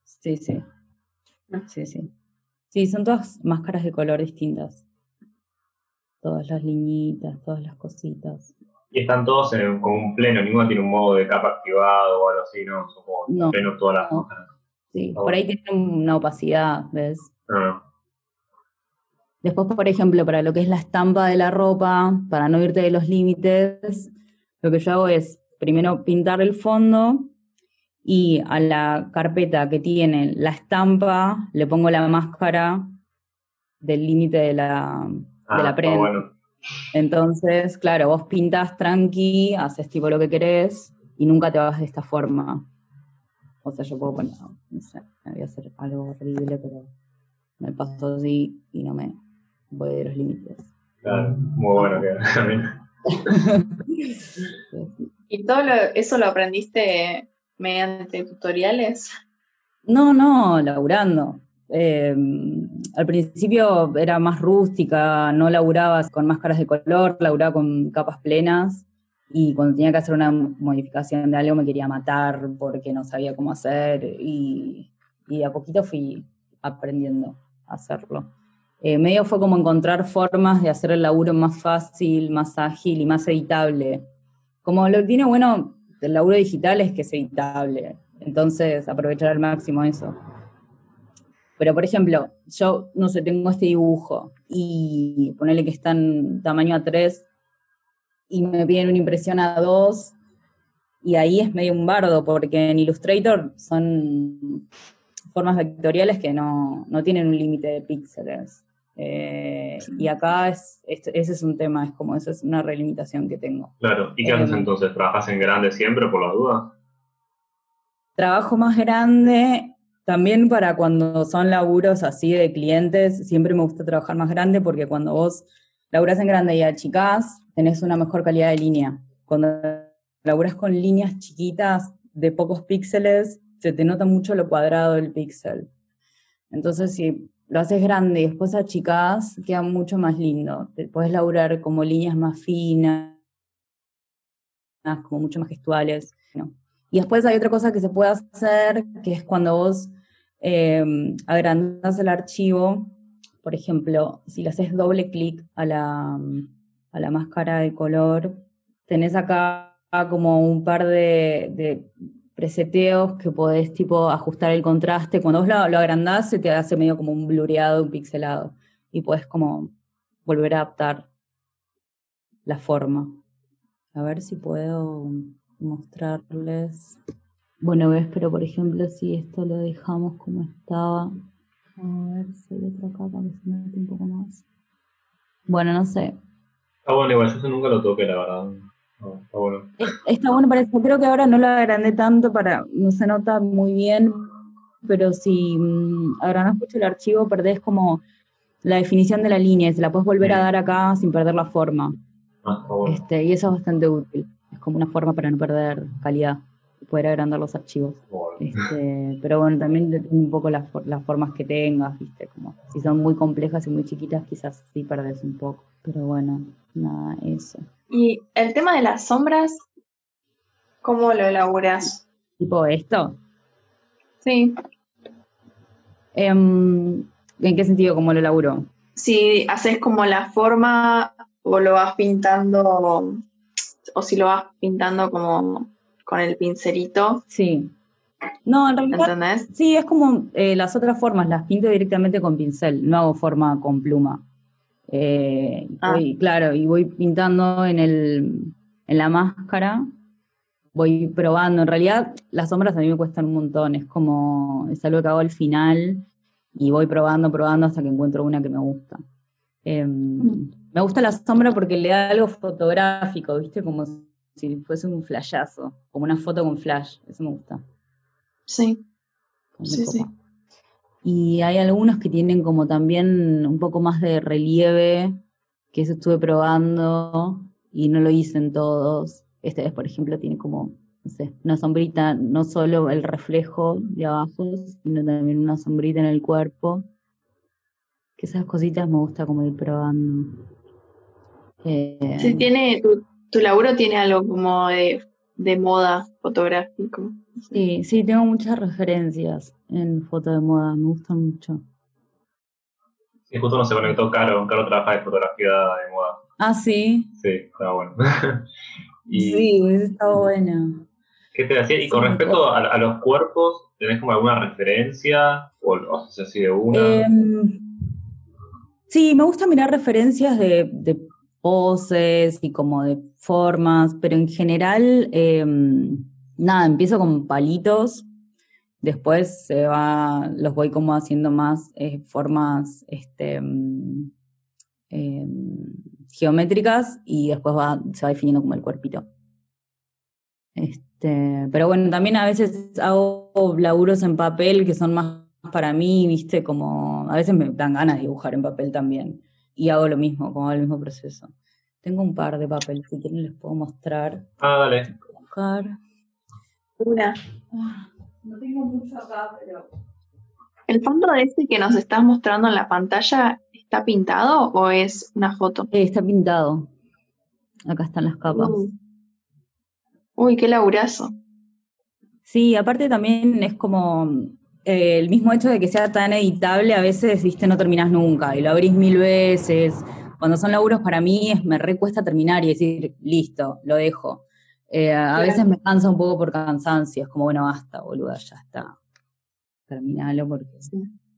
Sí, son todas máscaras de color distintas. Todas las liñitas, todas las cositas. Y están todos con un pleno, ninguno tiene un modo de capa activado o algo así, ¿no? Son como pleno todas las máscaras. Sí, por ahí tienen una opacidad, ¿ves? No. Después, por ejemplo, para lo que es la estampa de la ropa, para no irte de los límites, lo que yo hago es primero pintar el fondo y a la carpeta que tiene la estampa le pongo la máscara del límite de la prenda. Bueno. Entonces, claro, vos pintas tranqui, haces tipo lo que querés y nunca te vas de esta forma. O sea, yo puedo poner, no sé, me voy a hacer algo horrible, pero me paso así y no me voy de los límites. Claro, muy bueno que también. ¿Y todo eso lo aprendiste mediante tutoriales? No, laburando. al principio era más rústica, no laburaba con máscaras de color, laburaba con capas plenas, y cuando tenía que hacer una modificación de algo me quería matar porque no sabía cómo hacer, y a poquito fui aprendiendo a hacerlo. Medio fue como encontrar formas de hacer el laburo más fácil, más ágil y más editable. Como lo que tiene bueno el laburo digital es que es editable, entonces aprovechar al máximo eso. Pero, por ejemplo, yo, no sé, tengo este dibujo y ponerle que está en tamaño A3 y me piden una impresión A2, y ahí es medio un bardo, porque en Illustrator son formas vectoriales que no tienen un límite de píxeles. Y acá ese es un tema, esa es una relimitación que tengo. Claro, ¿y qué haces entonces? ¿Trabajas en grande siempre por las dudas? Trabajo más grande. También para cuando son laburos así de clientes, siempre me gusta trabajar más grande, porque cuando vos laburás en grande y achicás, tenés una mejor calidad de línea. Cuando laburás con líneas chiquitas de pocos píxeles, se te nota mucho lo cuadrado del píxel. Entonces, si lo haces grande y después achicás, queda mucho más lindo. Te podés laburar como líneas más finas, como mucho más gestuales, ¿no? Y después hay otra cosa que se puede hacer, que es cuando vos agrandás el archivo. Por ejemplo, si le haces doble clic a la máscara de color, tenés acá como un par de preseteos que podés tipo ajustar el contraste. Cuando vos lo agrandás, se te hace medio como un blureado, un pixelado, y podés como volver a adaptar la forma. A ver si puedo mostrarles. Bueno, ves, pero por ejemplo, si esto lo dejamos como estaba. A ver si hay otra capa que se mete un poco más. Bueno, no sé. Ah, bueno, igual yo eso nunca lo toqué, la verdad. No, está bueno. Está bueno para eso. Creo que ahora no lo agrandé tanto no se nota muy bien, pero si agrandás mucho el archivo, perdés como la definición de la línea, y se la puedes volver a dar acá sin perder la forma. Ah, está bueno. Y eso es bastante útil. Es como una forma para no perder calidad, poder agrandar los archivos. Bueno. Pero bueno, también depende un poco las formas que tengas, ¿viste? Como si son muy complejas y muy chiquitas, quizás sí perdés un poco. Pero bueno, nada, eso. Y el tema de las sombras, ¿cómo lo elaboras? ¿Tipo esto? Sí. ¿En qué sentido cómo lo elaburo? Si haces como la forma o lo vas pintando, o si lo vas pintando como con el pincelito. Sí. No, en realidad, ¿entendés? Sí, es como las otras formas, las pinto directamente con pincel, no hago forma con pluma. Voy pintando en la máscara, voy probando. En realidad, las sombras a mí me cuestan un montón, es algo que hago al final y voy probando hasta que encuentro una que me gusta. Me gusta la sombra porque le da algo fotográfico, ¿viste? Como si fuese un flashazo, como una foto con flash, eso me gusta. Sí. Sí. Y hay algunos que tienen como también un poco más de relieve, que eso estuve probando y no lo hice en todos. Esta vez, por ejemplo, tiene como, no sé, una sombrita, no solo el reflejo de abajo, sino también una sombrita en el cuerpo. Que esas cositas me gusta como ir probando. Sí, tu laburo tiene algo como de moda fotográfico. Sí, tengo muchas referencias en foto de moda, me gustan mucho. Y justo nos se conectó Caro trabaja de fotografía de moda. Ah, sí. Sí, está bueno. Sí, hubiese estado buena. ¿Qué te decía? Y con respecto a los cuerpos, ¿tenés como alguna referencia? ¿O haces así de una? Sí, me gusta mirar referencias de poses y como de formas, pero en general, nada, empiezo con palitos, después los voy como haciendo más formas geométricas, y después se va definiendo como el cuerpito. Pero bueno, también a veces hago laburos en papel que son más para mí, ¿viste? Como a veces me dan ganas de dibujar en papel también. Y hago lo mismo, como hago el mismo proceso. Tengo un par de papeles, si quieren les puedo mostrar. Ah, dale. Una. No tengo mucho acá, pero ¿El fondo de ese que nos estás mostrando en la pantalla está pintado o es una foto? Está pintado. Acá están las capas. Uy, qué laburazo. Sí, aparte también es como el mismo hecho de que sea tan editable, a veces, viste, no terminás nunca, y lo abrís 1000 veces. Cuando son laburos para mí me recuesta terminar y decir, listo, lo dejo. A veces me cansa un poco por cansancio, es como, bueno, basta, boluda, ya está. Terminalo porque... Sí.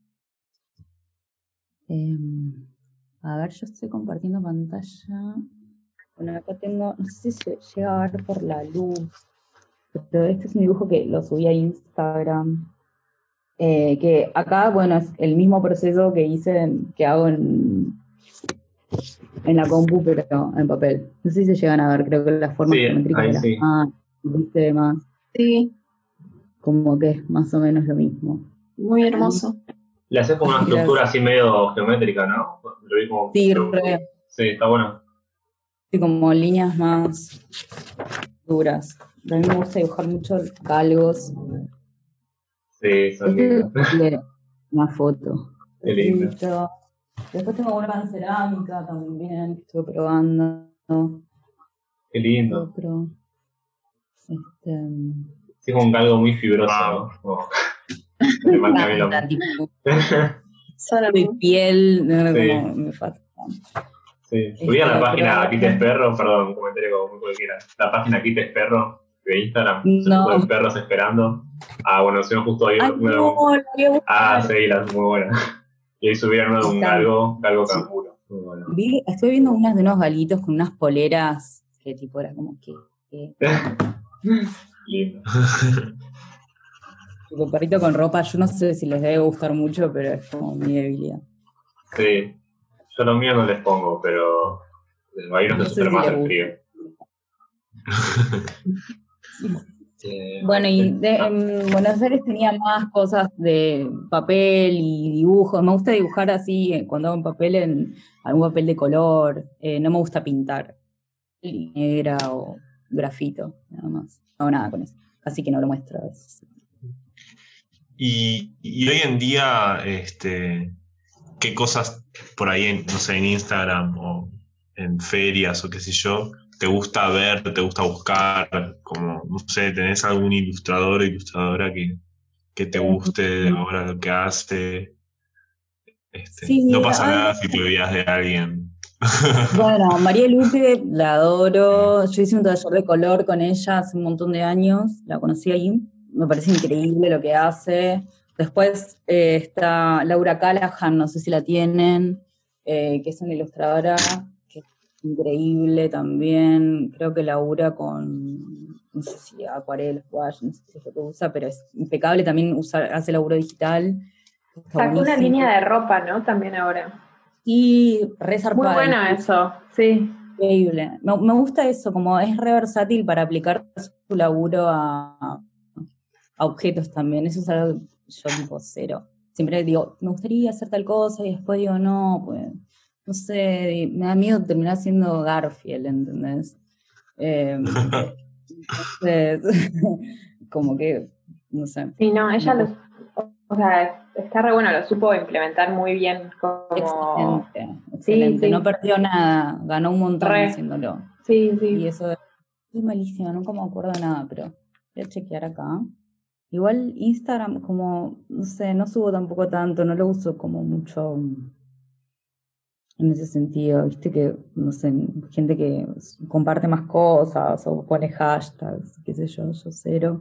A ver, yo estoy compartiendo pantalla. Bueno, acá tengo, no sé si se llega a ver por la luz, pero este es un dibujo que lo subí a Instagram. Que acá, bueno, es el mismo proceso que hice, que hago en la compu, pero en papel. No sé si se llegan a ver, creo que las formas geométricas ahí de las sí. manos, viste, demás. Sí, Como que es más o menos lo mismo. muy hermoso. Le haces como una estructura así medio geométrica, ¿no? Lo vi como... Sí, re. Sí, está bueno. Sí, como líneas más duras. A mí me gusta dibujar mucho galgos. Sí, son lindos. Es una foto. Qué lindo. Después tengo una en cerámica también, que estuve probando. Qué lindo. Sí, es como un galgo muy fibroso, ¿no? Como... me manda a mí lo de piel, sí. Como me fascina. Sí, subí a la página Aquí te perro, perdón, un comentario como muy cualquiera. La página Aquí te perro de Instagram, no. de perros esperando. Ah, bueno, subieron justo ahí nuevo. Sí, la es muy buena. Y ahí subieron un galgo canguro. Muy bueno. Estoy viendo unas de unos galitos con unas poleras que tipo era como que lindo. Tipo perrito con ropa, yo no sé si les debe gustar mucho, pero es como mi debilidad. Sí, yo los míos no les pongo, pero ahí no se sufre más el frío. Bueno, y en Buenos Aires tenía más cosas de papel y dibujos. Me gusta dibujar así, cuando hago en papel, en algún papel de color. No me gusta pintar. Negra o grafito, nada más. No hago nada con eso. Casi que no lo muestro a veces. Y hoy en día, ¿qué cosas por ahí, no sé, en Instagram o en ferias o qué sé yo, te gusta ver, te gusta buscar? Como, no sé, ¿tenés algún ilustrador o ilustradora que te guste ahora lo que hace? Sí, no pasa nada si te olvidas de alguien. Bueno, María Luque, la adoro. Yo hice un taller de color con ella hace un montón de años. La conocí ahí. Me parece increíble lo que hace. Después está Laura Callahan, no sé si la tienen, que es una ilustradora que es increíble también. Creo que labura con, no sé si acuarelas, wash, no sé si es lo que usa, pero es impecable. También hace laburo digital. Sacó una línea de ropa, ¿no? También ahora. Y re zarpada. Muy bueno eso, sí. Increíble. Me gusta eso, como es re versátil para aplicar su laburo a objetos también. Eso es algo que yo tipo cero. Siempre digo, me gustaría hacer tal cosa y después digo, no, pues, no sé, me da miedo terminar siendo Garfield, ¿entendés? Entonces, como que, no sé. Sí, no, ella o sea, está re bueno, lo supo implementar muy bien como... Excelente. Sí. No perdió nada, ganó un montón Re. haciéndolo. Sí. Y eso es malísimo, nunca me acuerdo de nada, pero voy a chequear acá. Igual Instagram, como, no sé, no subo tampoco tanto, no lo uso como mucho en ese sentido. Viste que, no sé, gente que comparte más cosas o pone hashtags, qué sé yo cero.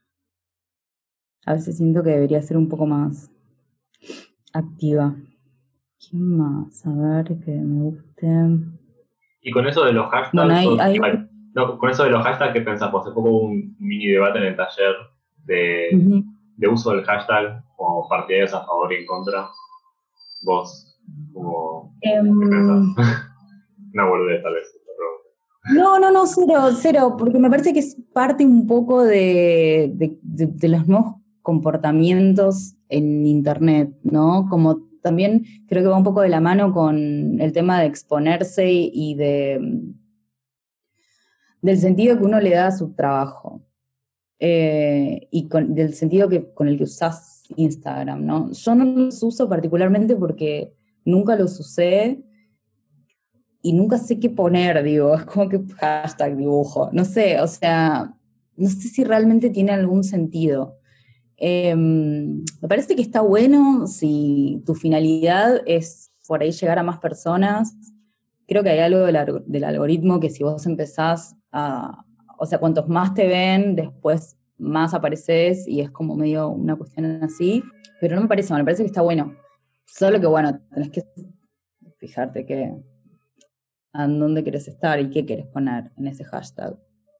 A veces siento que debería ser un poco más activa. ¿Quién más? A ver, que me guste. Y con eso de los hashtags, bueno, con eso de los hashtags, ¿qué pensás? Hace poco hubo un mini debate en el taller de uso del hashtag como partidarios a favor y en contra. ¿Vos como qué pensás? Una boludez tal vez. No, cero, porque me parece que es parte un poco de los nuevos comportamientos en Internet, ¿no? Como también creo que va un poco de la mano con el tema de exponerse y del sentido que uno le da a su trabajo. Y del sentido con el que usás Instagram, ¿no? Yo no los uso particularmente porque nunca los usé y nunca sé qué poner, digo, es como que hashtag dibujo, no sé, o sea, no sé si realmente tiene algún sentido. Me parece que está bueno si tu finalidad es por ahí llegar a más personas. Creo que hay algo del algoritmo que si vos empezás o sea, cuantos más te ven, después más apareces y es como medio una cuestión así, pero no me parece mal, me parece que está bueno. Solo que bueno, tenés que fijarte a dónde querés estar y qué querés poner en ese hashtag.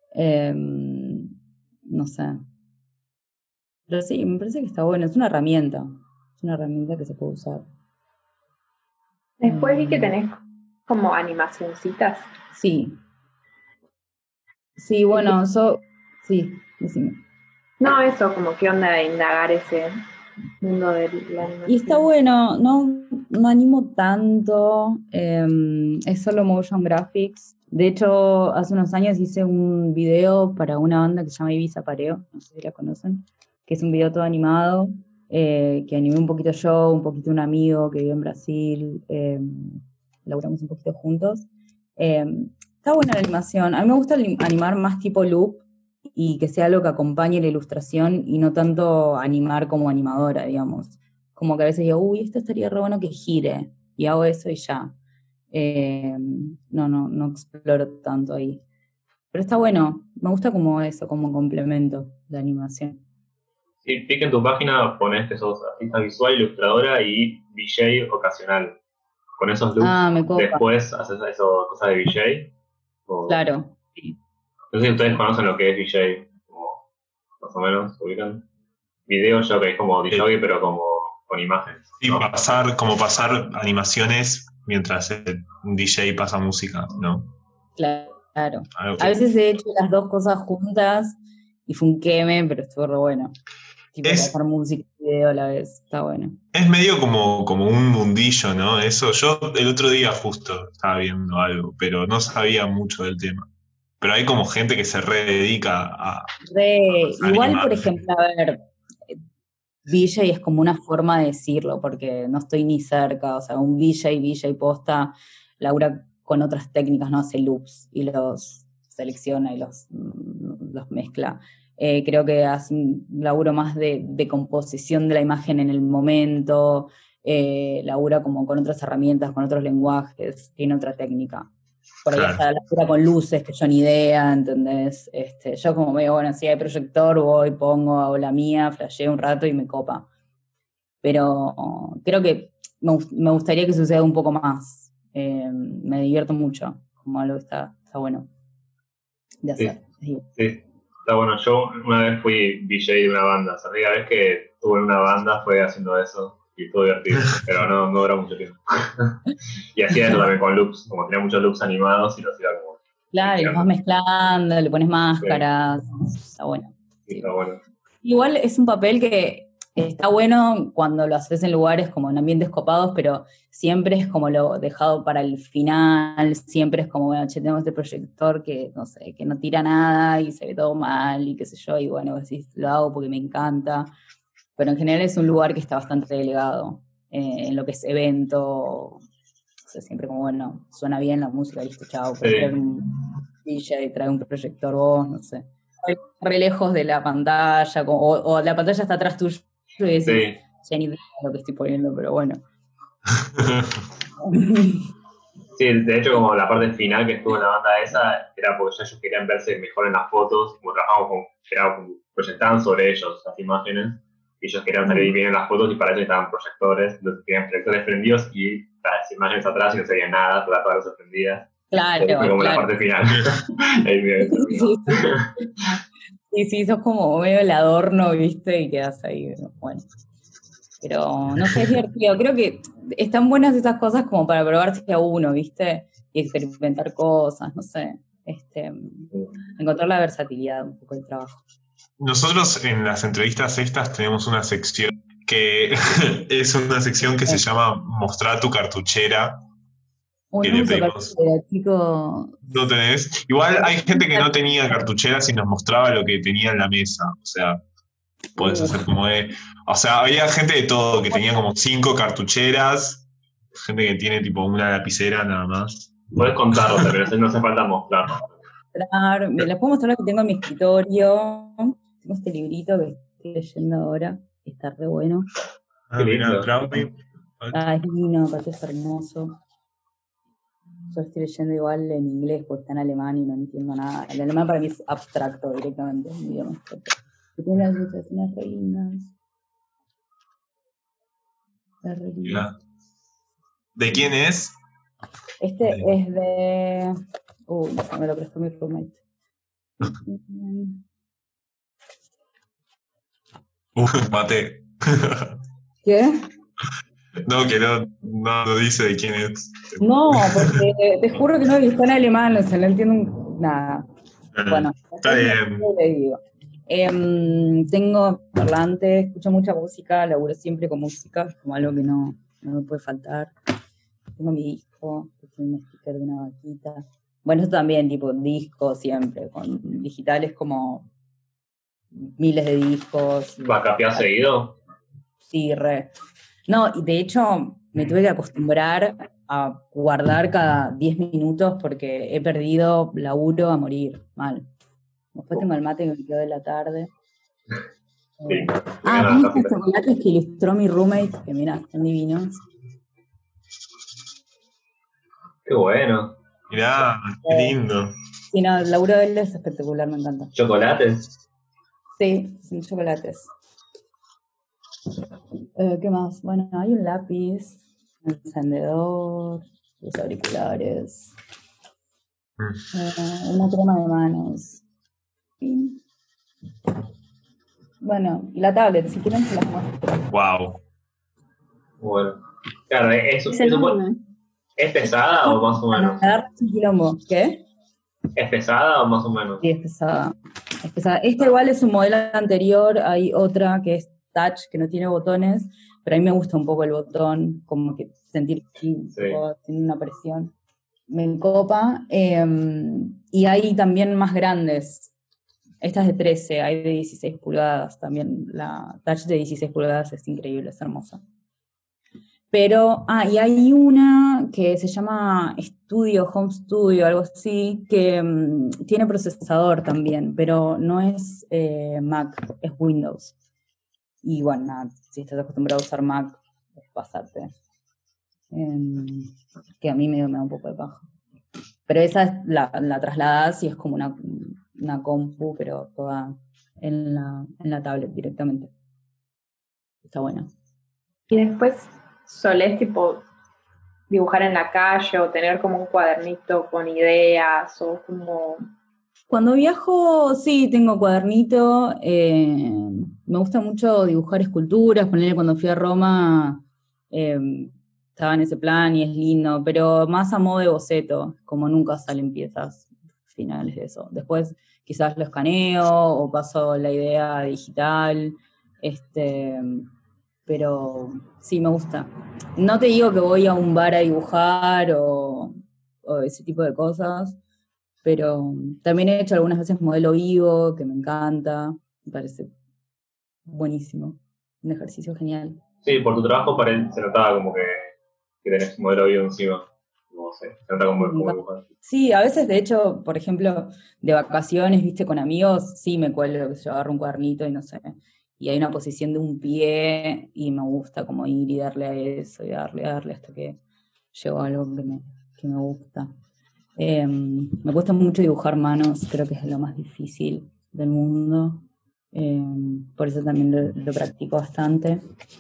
No sé. Pero sí, me parece que está bueno, es una herramienta que se puede usar. Después vi que tenés como animacioncitas. Sí. Sí, bueno, sí, decime. No, eso, como qué onda de indagar ese mundo de la animación. Y está bueno, no animo tanto, es solo motion graphics. De hecho, hace unos años hice un video para una banda que se llama Ibiza Pareo, no sé si la conocen, que es un video todo animado, que animé un poquito yo, un poquito un amigo que vive en Brasil, laburamos un poquito juntos. Está buena la animación, a mí me gusta animar más tipo loop y que sea algo que acompañe la ilustración y no tanto animar como animadora, digamos. Como que a veces digo, uy, esto estaría re bueno que gire, y hago eso y ya. No exploro tanto ahí. Pero está bueno, me gusta como eso, como complemento de animación. Sí, vi que en tu página pones que sos artista visual, ilustradora y VJ ocasional. Con esos looks, me copa. después haces eso, cosas de VJ. Claro. No sé si ustedes conocen lo que es VJ, como más o menos, ubican. Video yo que es como DJ, pero como con imágenes. Sí, ¿no? pasar animaciones mientras el DJ pasa música, ¿no? Claro. A veces he hecho las dos cosas juntas y fue un queme, pero estuvo re bueno. Tipo, pasar música y video a la vez, está bueno. Es medio como un mundillo, ¿no? Eso, yo el otro día justo estaba viendo algo, pero no sabía mucho del tema. Pero hay como gente que se rededica a igual, animar. por ejemplo, a ver, VJ es como una forma de decirlo, porque no estoy ni cerca, o sea, un VJ posta, labura con otras técnicas, no hace loops y los selecciona y los mezcla. Creo que hace un laburo más de composición de la imagen en el momento, labura como con otras herramientas, con otros lenguajes, tiene otra técnica. Por ahí hasta la labura con luces, que yo ni idea, ¿entendés? Yo como medio, bueno, si hay proyector, voy, pongo, hago la mía, flasheo un rato y me copa. Pero creo que me gustaría que suceda un poco más. Me divierto mucho, como algo que está bueno de hacer. Sí, está bueno. Yo una vez fui VJ de una banda. O sea, la vez que estuve en una banda fue haciendo eso y estuvo divertido, pero no duró mucho tiempo. Y hacía eso también con loops, como tenía muchos loops animados y los iba como... Claro, y los vas mezclando, le pones máscaras, está bueno. Sí, está bueno. Igual es un papel que está bueno cuando lo haces en lugares como en ambientes copados, pero siempre es como lo dejado para el final, siempre es como, bueno, tenemos este proyector que, no sé, que no tira nada y se ve todo mal y qué sé yo, y bueno, decís, lo hago porque me encanta, pero en general es un lugar que está bastante delegado en lo que es evento, o sea, siempre como, bueno, suena bien la música, listo, chao, puedes traer un DJ, traer un proyector vos, no sé. Re lejos de la pantalla, o la pantalla está atrás tuyo y decís, ya ni idea lo que estoy poniendo, pero bueno. Sí, de hecho, como la parte final que estuvo en la banda esa, era porque ya ellos querían verse mejor en las fotos, como trabajamos proyectaban sobre ellos las imágenes, y ellos querían salir bien en las fotos y para eso necesitaban proyectores, entonces tenían proyectores prendidos y las imágenes atrás y no se veía nada, todas las luces prendidas. Claro, fue como claro. La parte final. Sí, sos como medio el adorno, ¿viste? Y quedas ahí, bueno. Pero no sé, es divertido. Creo que están buenas esas cosas como para probarse a uno, ¿viste? Y experimentar cosas, no sé. Encontrar la versatilidad un poco del trabajo. Nosotros en las entrevistas estas tenemos una sección que es una sección que se llama Mostrar tu cartuchera. No uso cartuchera, chico. ¿No tenés? Igual hay gente que no tenía cartucheras y nos mostraba lo que tenía en la mesa. O sea, Podés hacer como de... O sea, había gente de todo, que tenía como 5 cartucheras, gente que tiene tipo una lapicera nada más. Podés contarlo también, no hace falta mostrarlo. Me les puedo mostrar lo que tengo en mi escritorio. Tengo este librito que estoy leyendo ahora, que está re bueno. Ah, mira, es divino, aparte es hermoso. Yo estoy leyendo igual en inglés porque está en alemán y no entiendo nada. El alemán para mí es abstracto directamente, es un idioma abstracto. Que tiene las ilustraciones re lindas. ¿De quién es? Este es de... Uy, me lo prestó mi roommate. Mate. ¿Qué? No, que no dice de quién es. No, porque te juro que no está en alemán, o sea, no entiendo nada. Bueno, está bien. Le digo. Tengo parlantes, escucho mucha música, laburo siempre con música, como algo que no me puede faltar. Tengo mi disco, que tiene un sticker de una vaquita. Bueno, eso también, tipo disco siempre, con digitales como miles de discos. ¿Vacapeás seguido? Sí, re. No, y de hecho me tuve que acostumbrar a guardar cada 10 minutos porque he perdido laburo a morir, mal. Después tengo el mate que me quedó de la tarde. Sí, tengo estos chocolates que ilustró mi roommate, que mira, están divinos. Qué bueno. Mirá, qué lindo. Sí, no, el laburo de él es espectacular, me encanta. ¿Chocolates? Sí, son chocolates. ¿Qué más? Bueno, hay un lápiz, un encendedor, los auriculares, una crema de manos. ¿Sí? Bueno, y la tablet, si quieren se las muestro. Wow. Bueno. Claro, ¿es pesada o más o menos? ¿Qué? ¿Es pesada o más o menos? Sí, es pesada. Es pesada. Esta igual es un modelo anterior, hay otra que es touch, que no tiene botones, pero a mí me gusta un poco el botón, como que sentir que tiene una presión. Me copa. Y hay también más grandes. Esta es de 13, hay de 16 pulgadas también. La touch de 16 pulgadas es increíble, es hermosa. Pero, y hay una que se llama Home Studio, algo así, que tiene procesador también, pero no es Mac, es Windows. Y bueno, nada, si estás acostumbrado a usar Mac, es pasarte. Que a mí me da un poco de paja. Pero esa es la trasladás y es como una compu, pero toda en la tablet directamente. Está buena. Y después solés tipo dibujar en la calle o tener como un cuadernito con ideas o como... Cuando viajo, sí, tengo cuadernito. Me gusta mucho dibujar esculturas. Ponerle cuando fui a Roma, estaba en ese plan y es lindo, pero más a modo de boceto, como nunca salen piezas finales de eso. Después quizás lo escaneo o paso la idea digital, pero sí me gusta. No te digo que voy a un bar a dibujar o ese tipo de cosas, pero también he hecho algunas veces modelo vivo, que me encanta, me parece buenísimo, un ejercicio genial. Sí, por tu trabajo se notaba como que tenés un modelo vivo encima. No sé, se nota como dibujar. Sí, a veces, de hecho, por ejemplo, de vacaciones, viste, con amigos, sí me cuelgo, que yo agarro un cuadernito y no sé, y hay una posición de un pie y me gusta como ir y darle a eso y darle hasta que llego a algo que me gusta. Me cuesta mucho dibujar manos, creo que es lo más difícil del mundo, por eso también lo practico bastante.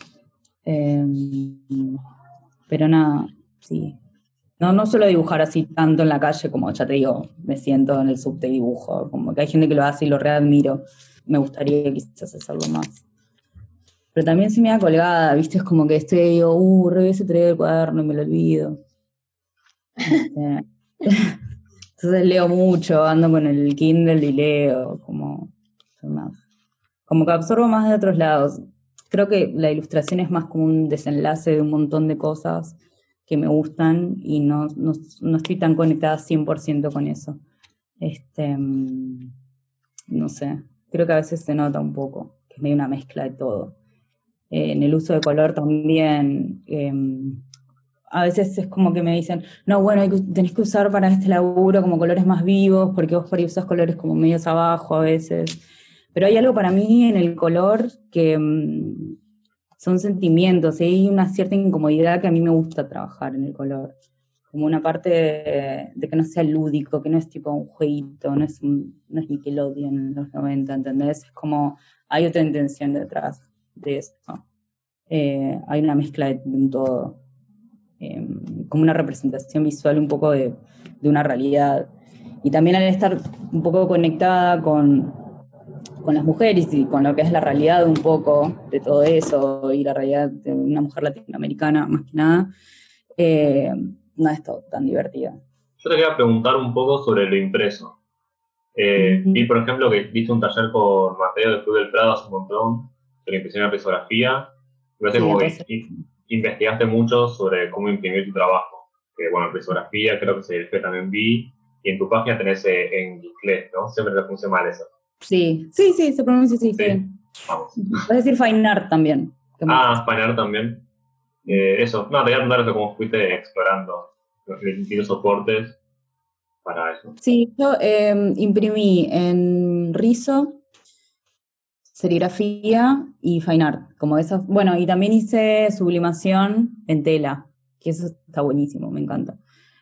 Pero nada, sí. No suelo dibujar así tanto en la calle como, ya te digo, me siento en el subte y dibujo, como que hay gente que lo hace y lo readmiro. Me gustaría quizás hacerlo más. Pero también se me da colgada, ¿viste? Es como que digo, regrese traer el cuaderno y me lo olvido. Entonces leo mucho, ando con el Kindle y leo, como que absorbo más de otros lados. Creo que la ilustración es más como un desenlace de un montón de cosas que me gustan y no estoy tan conectada 100% con eso. No sé, creo que a veces se nota un poco que es medio una mezcla de todo. En el uso de color también, a veces es como que me dicen, no, bueno, tenés que usar para este laburo como colores más vivos, porque vos por ahí usás colores como medios abajo a veces. Pero hay algo para mí en el color que son sentimientos, y hay una cierta incomodidad que a mí me gusta trabajar en el color. Como una parte de que no sea lúdico, que no es tipo un jueguito, no es Nickelodeon en los 90, ¿entendés? Es como, hay otra intención detrás de eso. Hay una mezcla de un todo. Como una representación visual un poco de una realidad. Y también al estar un poco conectada con las mujeres y con lo que es la realidad un poco de todo eso, y la realidad de una mujer latinoamericana más que nada, no es todo tan divertido. Yo te quería preguntar un poco sobre lo impreso. Vi, por ejemplo, que diste un taller con Mateo de Club del Prado hace un montón, sobre impresión y risografía. Me parece como que investigaste mucho sobre cómo imprimir tu trabajo. Que bueno, risografía creo que se también vi, y en tu página tenés en inglés, ¿no? Siempre te pronuncia mal eso. Sí, se pronuncia así. Sí. Vamos. Puedes decir fine art también. Fine art también. Eso, no, te voy a preguntar eso, cómo fuiste explorando los distintos soportes para eso. Sí, yo imprimí en rizo, serigrafía y fine art, como esas. Bueno, y también hice sublimación en tela, que eso está buenísimo, me encanta.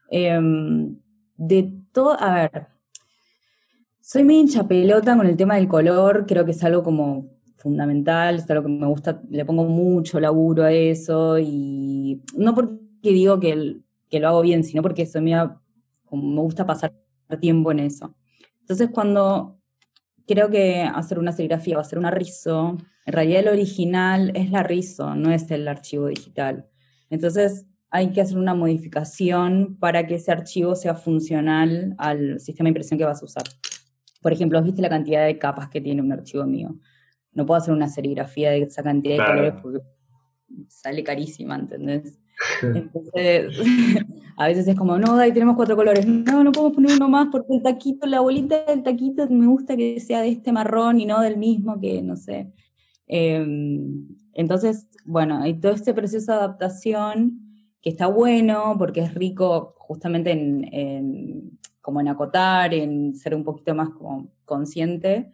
De todo, a ver, soy medio hincha pelota con el tema del color, creo que es algo como fundamental, es algo que me gusta, le pongo mucho laburo a eso, y no porque digo que lo hago bien, sino porque como me gusta pasar tiempo en eso. Entonces, cuando creo que hacer una serigrafía o hacer una rizo, en realidad el original es la rizo, no es el archivo digital. Entonces, hay que hacer una modificación para que ese archivo sea funcional al sistema de impresión que vas a usar. Por ejemplo, ¿viste la cantidad de capas que tiene un archivo mío? No puedo hacer una serigrafía de esa cantidad de colores porque sale carísima, ¿entendés? Entonces, a veces es como, no, ahí tenemos 4 colores. No podemos poner uno más porque el taquito, la bolita del taquito me gusta que sea de este marrón y no del mismo que, no sé. Entonces, bueno, hay todo este proceso de adaptación que está bueno porque es rico justamente como en acotar, en ser un poquito más como consciente,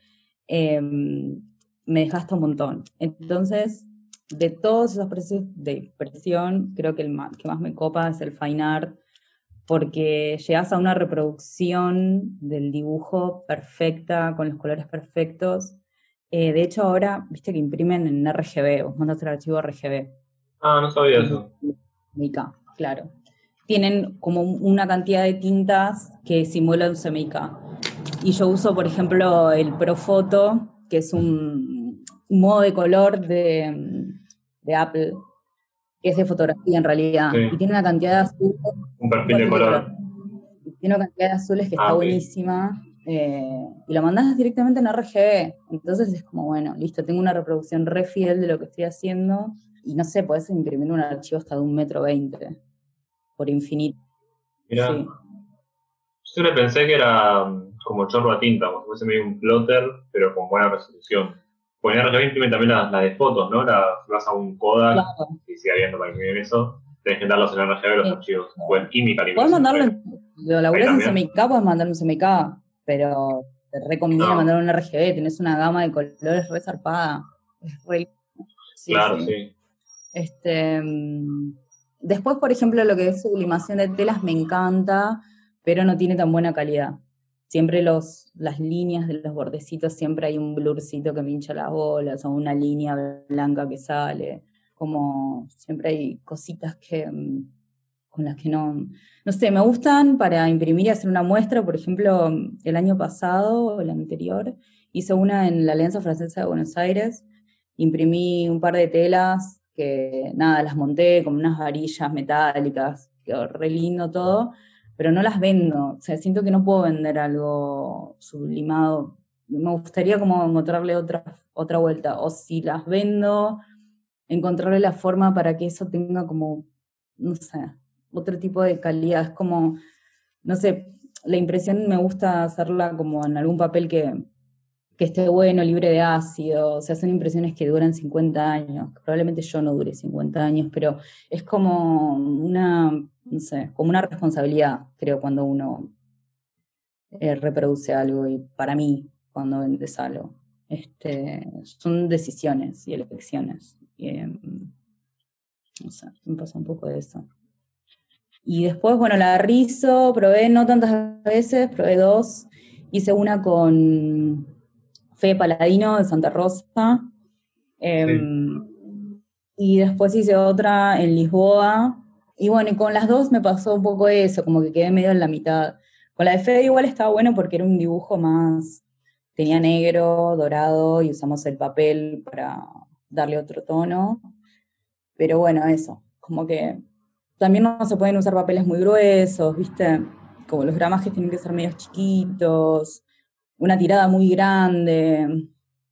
me desgasta un montón. Entonces, de todos esos procesos de expresión, creo que el que más me copa es el fine art, porque llegas a una reproducción del dibujo perfecta, con los colores perfectos. De hecho, ahora, viste que imprimen en RGB, vos mandas el archivo RGB. No sabía eso. Claro. Tienen como una cantidad de tintas que simulan un CMYK. Y yo uso, por ejemplo, el Profoto, que es un modo de color de Apple, que es de fotografía en realidad, sí. Y tiene una cantidad de azules. Un perfil de color. Tiene una cantidad de azules que está buenísima, y lo mandás directamente en RGB. Entonces es como, bueno, listo, tengo una reproducción re fiel de lo que estoy haciendo, y no sé, podés imprimir un archivo hasta de 1,20 m, por infinito. Mirá, sí. Yo siempre pensé que era como chorro a tinta, como si fuese medio un plotter, pero con buena resolución. Porque en RGB imprimen también las de fotos, ¿no? Vas a un Kodak, claro. Y sigue habiendo para imprimir eso, tenés que darlos en RGB los archivos, o en química. Podés mandarlo, lo laburás en CMYK, podés mandar un CMYK, pero te recomiendo mandar un RGB, tenés una gama de colores re zarpada. Es re... Sí, claro, sí. Después, por ejemplo, lo que es sublimación de telas me encanta, pero no tiene tan buena calidad. Siempre las líneas de los bordecitos, siempre hay un blurcito que me hincha las bolas, o una línea blanca que sale, como siempre hay cositas con las que no sé, me gustan para imprimir y hacer una muestra. Por ejemplo, el año pasado, o el anterior, hice una en la Alianza Francesa de Buenos Aires, imprimí un par de telas que, nada, las monté como unas varillas metálicas, quedó re lindo todo, pero no las vendo. O sea, siento que no puedo vender algo sublimado. Me gustaría como encontrarle otra vuelta. O si las vendo, encontrarle la forma para que eso tenga como, no sé, otro tipo de calidad. Es como, no sé, la impresión me gusta hacerla como en algún papel que que esté bueno, libre de ácido, o sea, son impresiones que duran 50 años, probablemente yo no dure 50 años, pero es como una, no sé, como una responsabilidad, creo, cuando uno reproduce algo, y para mí, cuando vendes algo, son decisiones y elecciones, no sé, me pasa un poco de eso. Y después, bueno, la de Rizo, probé no tantas veces, probé 2, hice una con Fede Paladino de Santa Rosa, y después hice otra en Lisboa, y bueno, y con las 2 me pasó un poco eso, como que quedé medio en la mitad. Con la de Fede igual estaba bueno porque era un dibujo más, tenía negro, dorado, y usamos el papel para darle otro tono, pero bueno, eso, como que también no se pueden usar papeles muy gruesos, ¿viste? Como los gramajes tienen que ser medios chiquitos, una tirada muy grande,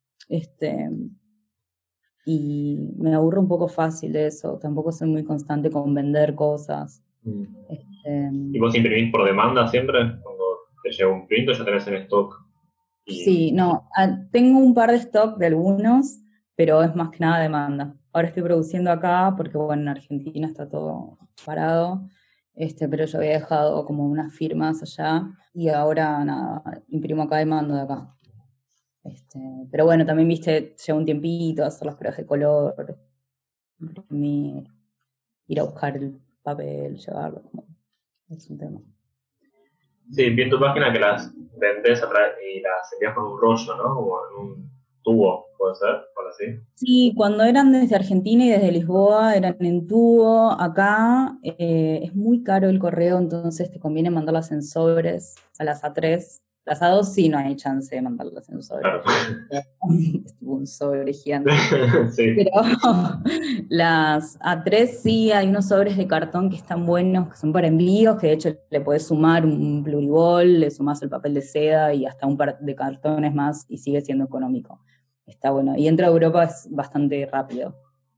y me aburro un poco fácil de eso, tampoco soy muy constante con vender cosas. ¿Y vos imprimís por demanda siempre? Cuando te llega un print, ya tenés en stock. Sí, no, tengo un par de stock de algunos, pero es más que nada demanda. Ahora estoy produciendo acá porque, bueno, en Argentina está todo parado, pero yo había dejado como unas firmas allá y ahora nada, imprimo acá y mando de acá. Pero bueno, también, viste, lleva un tiempito hacer las pruebas de color, imprimir, ir a buscar el papel, llevarlo, como, es un tema. Sí, vi en tu página que las vendés y las envías por un rollo, ¿no? Como en un tubo, ¿puede ser? ¿Por así? Sí, cuando eran desde Argentina y desde Lisboa eran en tubo. Acá es muy caro el correo, entonces te conviene mandarlas en sobres a las A3. Las A2 sí no hay chance de mandarlas en sobres. Claro. Es tipo un sobre gigante. Sí. Pero las A3 sí hay unos sobres de cartón que están buenos, que son para envíos, que de hecho le podés sumar un pluribol, le sumás el papel de seda y hasta un par de cartones más y sigue siendo económico. Está bueno. Y dentro de Europa es bastante rápido.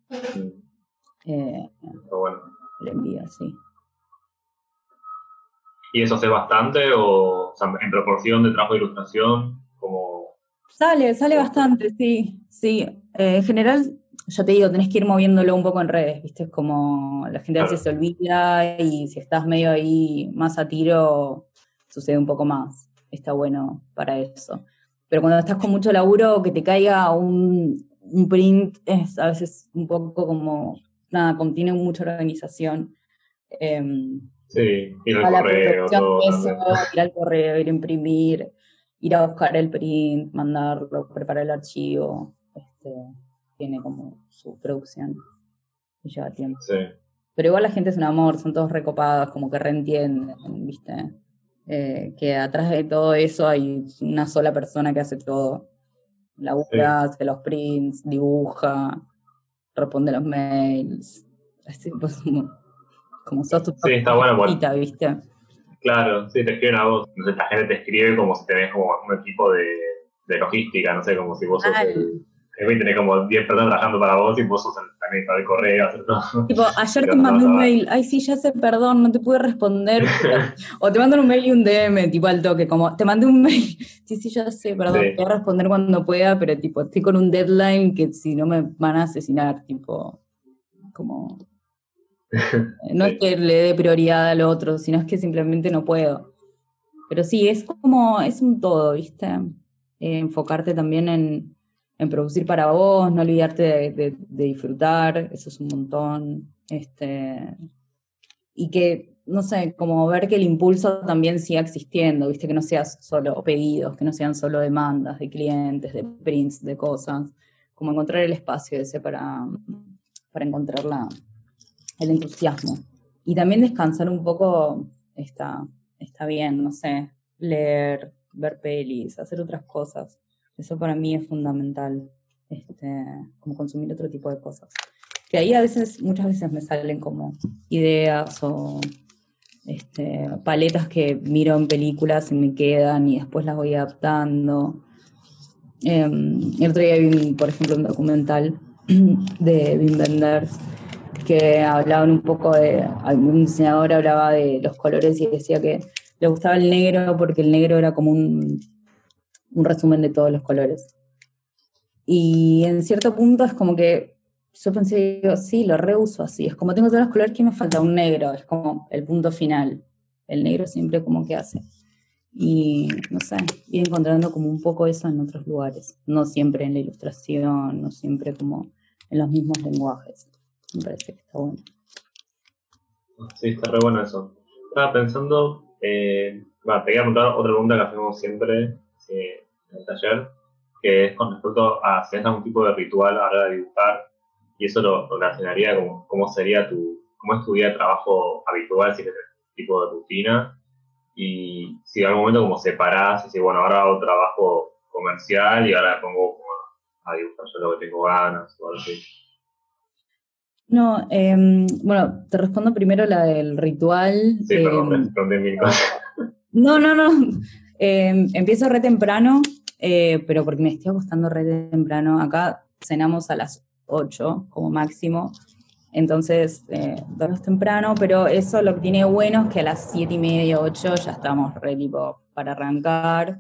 Está bueno. El envío, sí. ¿Y eso hace bastante? O sea, en proporción de trabajo de ilustración, como... Sale bastante, sí. Sí. En general, ya te digo, tenés que ir moviéndolo un poco en redes, ¿viste? Es como la gente a veces se olvida y si estás medio ahí más a tiro, sucede un poco más. Está bueno para eso. Pero cuando estás con mucho laburo, que te caiga un print es a veces un poco como, nada, contiene mucha organización. Sí, ir al correo, todo. Ir al correo, ir a imprimir, ir a buscar el print, mandarlo, preparar el archivo. Tiene como su producción y lleva tiempo. Sí. Pero igual la gente es un amor, son todos recopados, como que reentienden, ¿viste? Que atrás de todo eso hay una sola persona que hace todo. Labura, hace los prints, dibuja, responde los mails. Así, pues, como sos tu sí, está bueno, cosita, ¿viste? Claro, sí, te escriben a vos. Entonces la gente te escribe como si tenés como un equipo de logística, no sé, como si vos sos tenés como 10 personas trabajando para vos y vos sos también para el correo, hacer todo. Tipo, ayer te mandé un mail, ay sí, ya sé, perdón, no te pude responder, pero... o te mandan un mail y un DM, tipo al toque, como, te mandé un mail, sí, ya sé, perdón, te voy a responder cuando pueda, pero tipo, estoy con un deadline que si no me van a asesinar, tipo, como... No es que le dé prioridad al otro, sino es que simplemente no puedo. Pero sí, es como, es un todo, ¿viste? Enfocarte también en producir para vos, no olvidarte de disfrutar, eso es un montón. Y que, no sé, como ver que el impulso también siga existiendo, ¿viste? Que no sean solo pedidos, que no sean solo demandas de clientes, de prints, de cosas. Como encontrar el espacio ese para encontrar el entusiasmo. Y también descansar un poco está bien, no sé, leer, ver pelis, hacer otras cosas. Eso para mí es fundamental, como consumir otro tipo de cosas. Que ahí muchas veces me salen como ideas o paletas que miro en películas y me quedan y después las voy adaptando. El otro día vi, por ejemplo, un documental de Wim Wenders que hablaban un poco un diseñador hablaba de los colores y decía que le gustaba el negro porque el negro era como un resumen de todos los colores. Y en cierto punto es como que yo pensé, digo, sí, lo reuso así. Es como tengo todos los colores, que me falta un negro, es como el punto final. El negro siempre como que hace. Y no sé, ir encontrando como un poco eso en otros lugares. No siempre en la ilustración, no siempre como en los mismos lenguajes. Me parece que está bueno. Sí, está re bueno eso. Estaba pensando, te quería preguntar otra pregunta que hacemos siempre en el taller, que es con respecto a si haces algún tipo de ritual a la hora de dibujar, y eso lo relacionaría como cómo sería cómo es tu día de trabajo habitual, si tienes tipo de rutina, y si en algún momento como separás, y si bueno, ahora hago trabajo comercial y ahora me pongo como a dibujar yo lo que tengo ganas o algo así. No, bueno, te respondo primero la del ritual. Sí, perdón, me respondí mil cosas. No. Empiezo re temprano, pero porque me estoy acostando re temprano. Acá cenamos a las 8 como máximo. Entonces, dormimos temprano, pero eso lo que tiene bueno es que a las 7:30, 8 ya estamos re tipo para arrancar.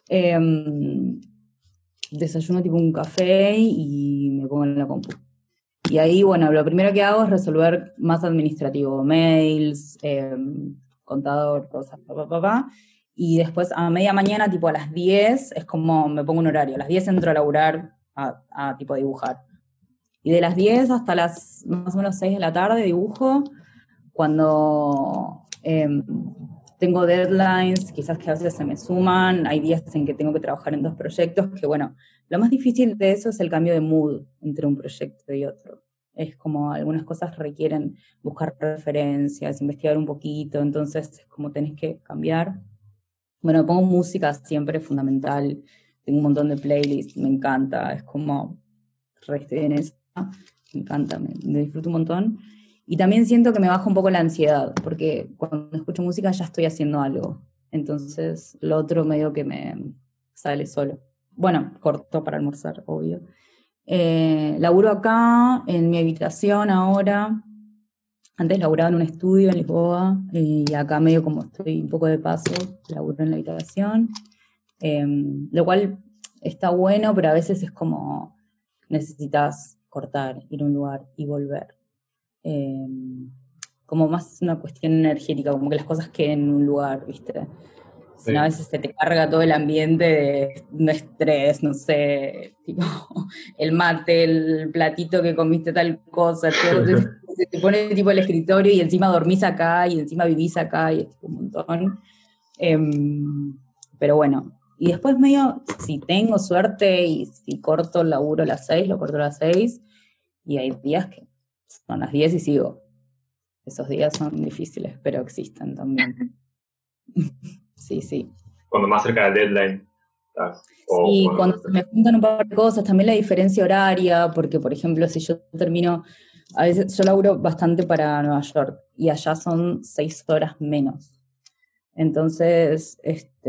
Desayuno tipo un café y me pongo en la compu. Y ahí, bueno, lo primero que hago es resolver más administrativo, mails, contador, cosas, y después a media mañana, tipo a las 10, es como me pongo un horario. A las 10 entro a laburar, a tipo dibujar. Y de las 10 hasta las más o menos 6 de la tarde dibujo. Cuando tengo deadlines, quizás que a veces se me suman, hay días en que tengo que trabajar en 2 proyectos, que bueno, lo más difícil de eso es el cambio de mood entre un proyecto y otro. Es como algunas cosas requieren buscar referencias, investigar un poquito, entonces es como tenés que cambiar. Bueno, pongo música siempre, fundamental, tengo un montón de playlists, me encanta, es como estoy en eso, me encanta, me disfruto un montón. Y también siento que me baja un poco la ansiedad, porque cuando escucho música ya estoy haciendo algo. Entonces, lo otro medio que me sale solo. Bueno, corto para almorzar, obvio. Laburo acá, en mi habitación ahora. Antes laburaba en un estudio en Lisboa, y acá medio como estoy un poco de paso, laburo en la habitación. Lo cual está bueno, pero a veces es como necesitas cortar, ir a un lugar y volver. Como más una cuestión energética, como que las cosas queden en un lugar, ¿viste? Si no, a veces se te carga todo el ambiente de estrés, no sé, tipo el mate, el platito que comiste tal cosa, todo, se te pone tipo el escritorio y encima dormís acá y encima vivís acá y es tipo un montón. Pero bueno, y después medio, si tengo suerte y si corto el laburo a las 6, lo corto a las 6, y hay días que son las 10 y sigo. Esos días son difíciles, pero existen también. Sí. Cuando más cerca del deadline. ¿Sabes? Sí, cuando se me juntan un par de cosas, también la diferencia horaria, porque por ejemplo, si yo termino, a veces yo laburo bastante para Nueva York, y allá son 6 horas menos. Entonces,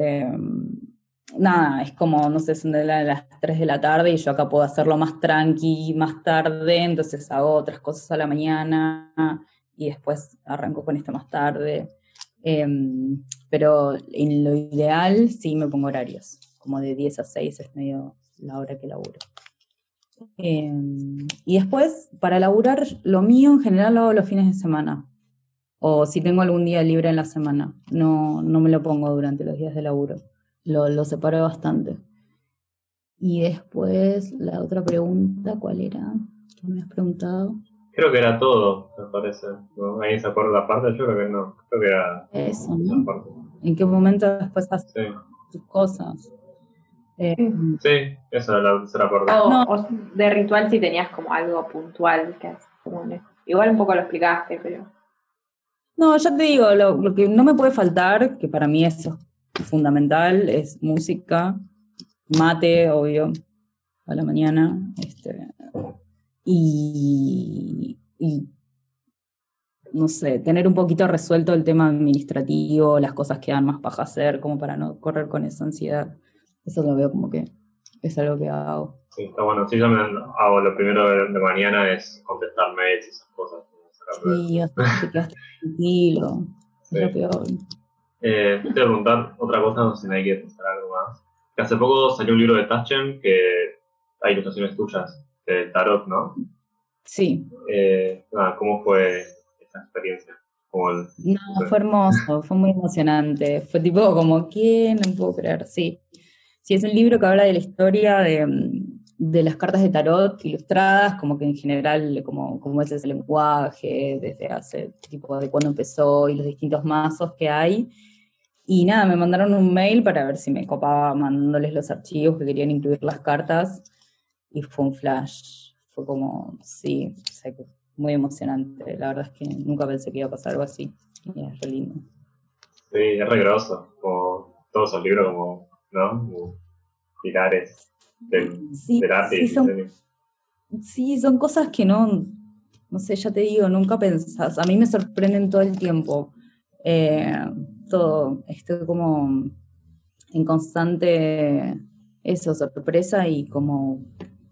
nada, es como, no sé, son de las 3 de la tarde y yo acá puedo hacerlo más tranqui, más tarde, entonces hago otras cosas a la mañana y después arranco con esto más tarde. Pero en lo ideal sí me pongo horarios, como de 10 a 6 es medio la hora que laburo. Y después, para laburar, lo mío en general lo hago los fines de semana. O si tengo algún día libre en la semana, no me lo pongo durante los días de laburo. Lo separo bastante. Y después, la otra pregunta, ¿cuál era? ¿Qué me has preguntado? Creo que era todo, me parece. ¿No? ¿Ahí se acuerda la parte? Yo creo que no. Creo que era eso, ¿no? Parte. ¿En qué momento después haces tus cosas? Sí, eso era la parte. O de ritual si tenías como algo puntual que haces. Igual un poco lo explicaste, pero... No, ya te digo, lo que no me puede faltar, que para mí es fundamental, es música, mate, obvio, a la mañana, y no sé, tener un poquito resuelto el tema administrativo, las cosas que dan más paja hacer, como para no correr con esa ansiedad. Eso lo veo como que es algo que hago. Sí, está bueno. Sí, yo me hago lo primero de mañana es contestar mails y esas cosas. Sí, hasta te quedaste tranquilo. Sí. Es lo peor. Te voy a preguntar otra cosa, no sé si nadie quiere pensar algo más. que hace poco salió un libro de Taschen que hay ilustraciones tuyas de tarot, ¿no? Sí. ¿Cómo fue esa experiencia? No, fue hermoso, fue muy emocionante. Fue tipo como, ¿qué? No puedo creer, sí. Sí, es un libro que habla de la historia de las cartas de tarot ilustradas, como que en general, como ese es el lenguaje, desde hace, tipo, de cuándo empezó y los distintos mazos que hay. Y nada, me mandaron un mail para ver si me copaba mandándoles los archivos que querían incluir las cartas, y fue un flash. Fue como, sí, o sea, muy emocionante. La verdad es que nunca pensé que iba a pasar algo así. Y es re lindo. Sí, es re groso, como todos esos libros como, ¿no? Como pilares del arte y del diseño. Sí, son cosas que no sé, ya te digo, nunca pensás. A mí me sorprenden todo el tiempo. Todo, estoy como en constante sorpresa y como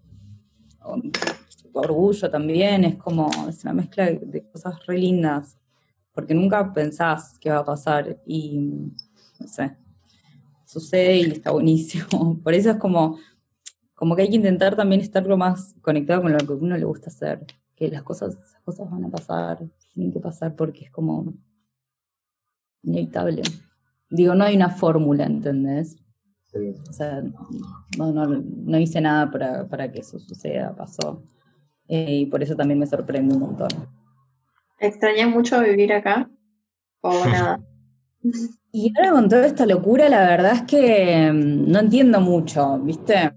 orgullo también. Es una mezcla de cosas re lindas, porque nunca pensás qué va a pasar y no sé, sucede y está buenísimo. Por eso es como que hay que intentar también estar lo más conectado con lo que a uno le gusta hacer, que esas cosas van a pasar, tienen que pasar porque es como inevitable. Digo, no hay una fórmula, ¿entendés? Sí. O sea, no hice nada para que eso suceda, pasó. Y por eso también me sorprende un montón. ¿Extrañas mucho vivir acá? ¿O nada? Y ahora con toda esta locura, la verdad es que no entiendo mucho, ¿viste?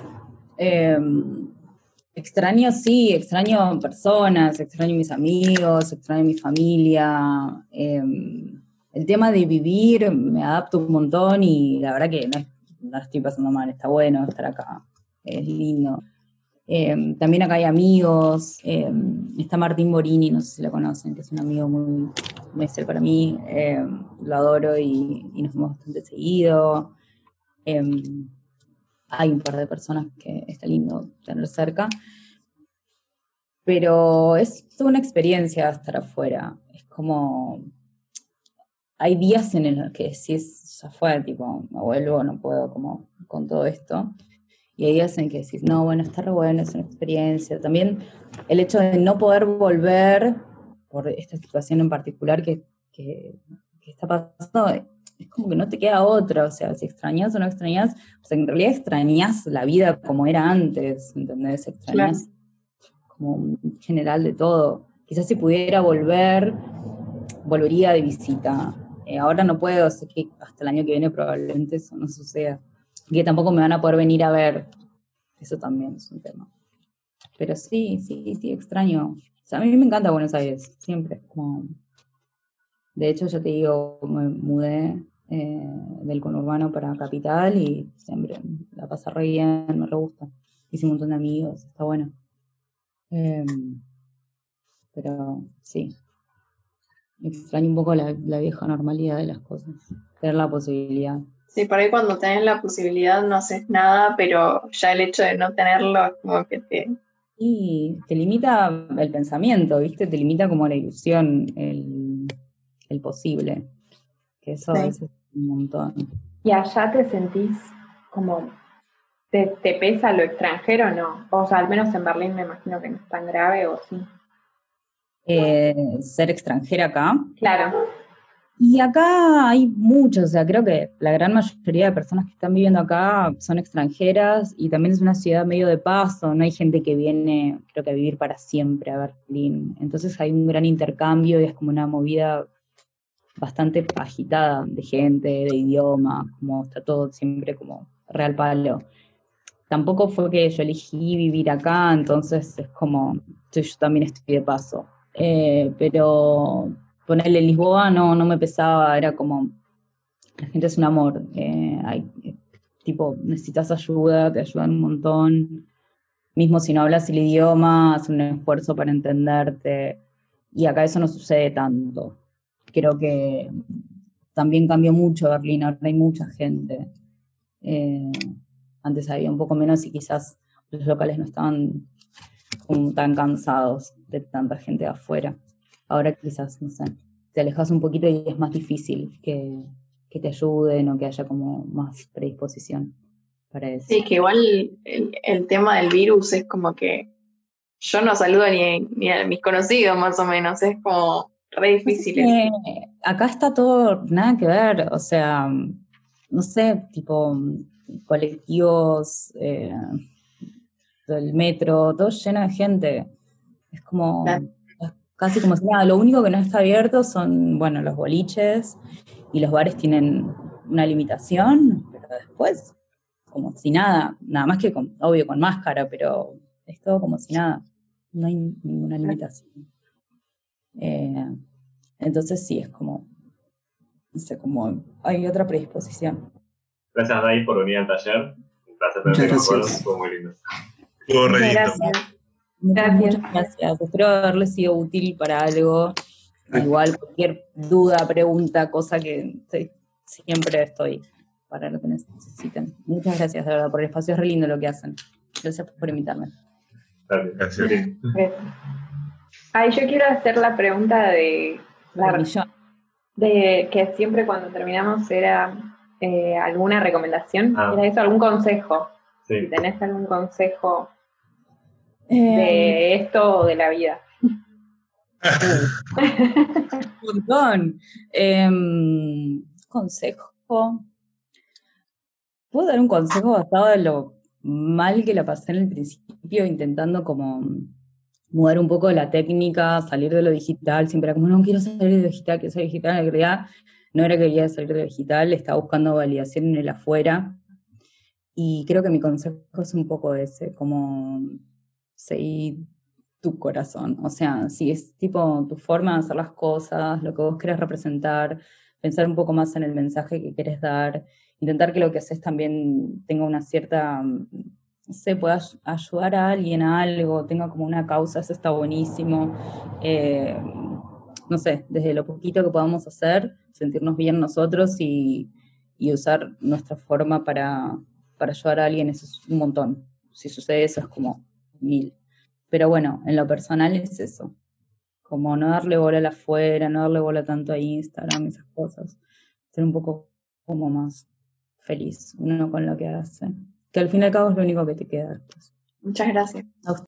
Extraño personas, extraño mis amigos, extraño mi familia. El tema de vivir me adapto un montón y la verdad que no la estoy pasando mal, está bueno estar acá, es lindo. También acá hay amigos, está Martín Borini, no sé si lo conocen, que es un amigo muy especial para mí, lo adoro y nos vemos bastante seguido. Hay un par de personas que está lindo tener cerca, pero es toda una experiencia estar afuera. Es como, hay días en los que decís, ya fue, tipo, me vuelvo, no puedo como con todo esto. Y hay días en que decís, no, bueno, está re bueno, es una experiencia. También el hecho de no poder volver por esta situación en particular que está pasando, es como que no te queda otra. O sea, si extrañas o no extrañas, o sea, en realidad extrañas la vida como era antes, ¿entendés? Extrañas como un general de todo. Quizás si pudiera volver, volvería de visita. Ahora no puedo, sé que hasta el año que viene probablemente eso no suceda. Que tampoco me van a poder venir a ver. Eso también es un tema. Pero sí, extraño. O sea, a mí me encanta Buenos Aires, siempre. De hecho, ya te digo, me mudé del conurbano para Capital y siempre la pasé re bien, me re gusta. Hice un montón de amigos, está bueno. Pero sí, extraño un poco la vieja normalidad de las cosas, tener la posibilidad. Sí, por ahí cuando tenés la posibilidad no haces nada, pero ya el hecho de no tenerlo es como que te... Y te limita el pensamiento, ¿viste? Te limita como la ilusión, el posible. Que eso a veces es un montón. ¿Y allá te sentís como... ¿Te pesa lo extranjero o no? O sea, al menos en Berlín me imagino que no es tan grave, ¿o sí? Ser extranjera acá. Claro. Y acá hay muchos, o sea, creo que la gran mayoría de personas que están viviendo acá son extranjeras y también es una ciudad medio de paso, no hay gente que viene, creo que a vivir para siempre a Berlín. Entonces hay un gran intercambio y es como una movida bastante agitada de gente, de idioma, como está todo siempre como real palo. Tampoco fue que yo elegí vivir acá, entonces es como, yo también estoy de paso. Pero ponerle Lisboa no me pesaba, era como, la gente es un amor, tipo, necesitas ayuda, te ayudan un montón, mismo si no hablas el idioma, hacen un esfuerzo para entenderte, y acá eso no sucede tanto. Creo que también cambió mucho Berlín, ahora hay mucha gente. Antes había un poco menos y quizás los locales no estaban como tan cansados de tanta gente de afuera. Ahora quizás, no sé, te alejas un poquito y es más difícil que te ayuden o que haya como más predisposición. para eso. Sí, que igual el tema del virus es como que yo no saludo ni a mis conocidos, más o menos, es como re difícil. Acá está todo, nada que ver, o sea, no sé, tipo colectivos, del metro, todo lleno de gente. Es como casi como si nada. Lo único que no está abierto son, bueno, los boliches y los bares tienen una limitación, pero después, como si nada, nada más que obvio con máscara, pero es todo como si nada. No hay ninguna limitación. Entonces sí, es como, no sé, como hay otra predisposición. Gracias, Dai, por venir al taller. Un placer Muchas tenerte con nosotros, gracias. estuvo muy lindo. Estuvo re lindo. Gracias. Muchas gracias. Espero haberle sido útil para algo. Igual cualquier duda, pregunta, cosa que siempre estoy para lo que necesiten. Muchas gracias, de verdad, por el espacio. Es re lindo lo que hacen. Gracias por invitarme. Gracias. Ay, yo quiero hacer la pregunta de que siempre cuando terminamos era alguna recomendación. ¿Era eso? ¿Algún consejo? Sí. Si tenés algún consejo de esto o de la vida. Un montón. Consejo. ¿Puedo dar un consejo basado en lo mal que la pasé en el principio, intentando como mudar un poco la técnica, salir de lo digital? Siempre era como, no quiero salir de lo digital, quiero salir digital. En realidad no era que quería salir de lo digital, estaba buscando validación en el afuera. Y creo que mi consejo es un poco ese, como seguir tu corazón. O sea, si es tipo tu forma de hacer las cosas, lo que vos querés representar, pensar un poco más en el mensaje que querés dar, intentar que lo que haces también tenga una cierta, no sé, pueda ayudar a alguien a algo, tenga como una causa, eso está buenísimo. No sé, desde lo poquito que podamos hacer, sentirnos bien nosotros y usar nuestra forma para ayudar a alguien, eso es un montón. Si sucede eso es como 1000. Pero bueno, en lo personal es eso. Como no darle bola a la afuera, no darle bola tanto a Instagram, esas cosas. Ser un poco como más feliz uno con lo que hace. Que al fin y al cabo es lo único que te queda después. Muchas gracias. A usted.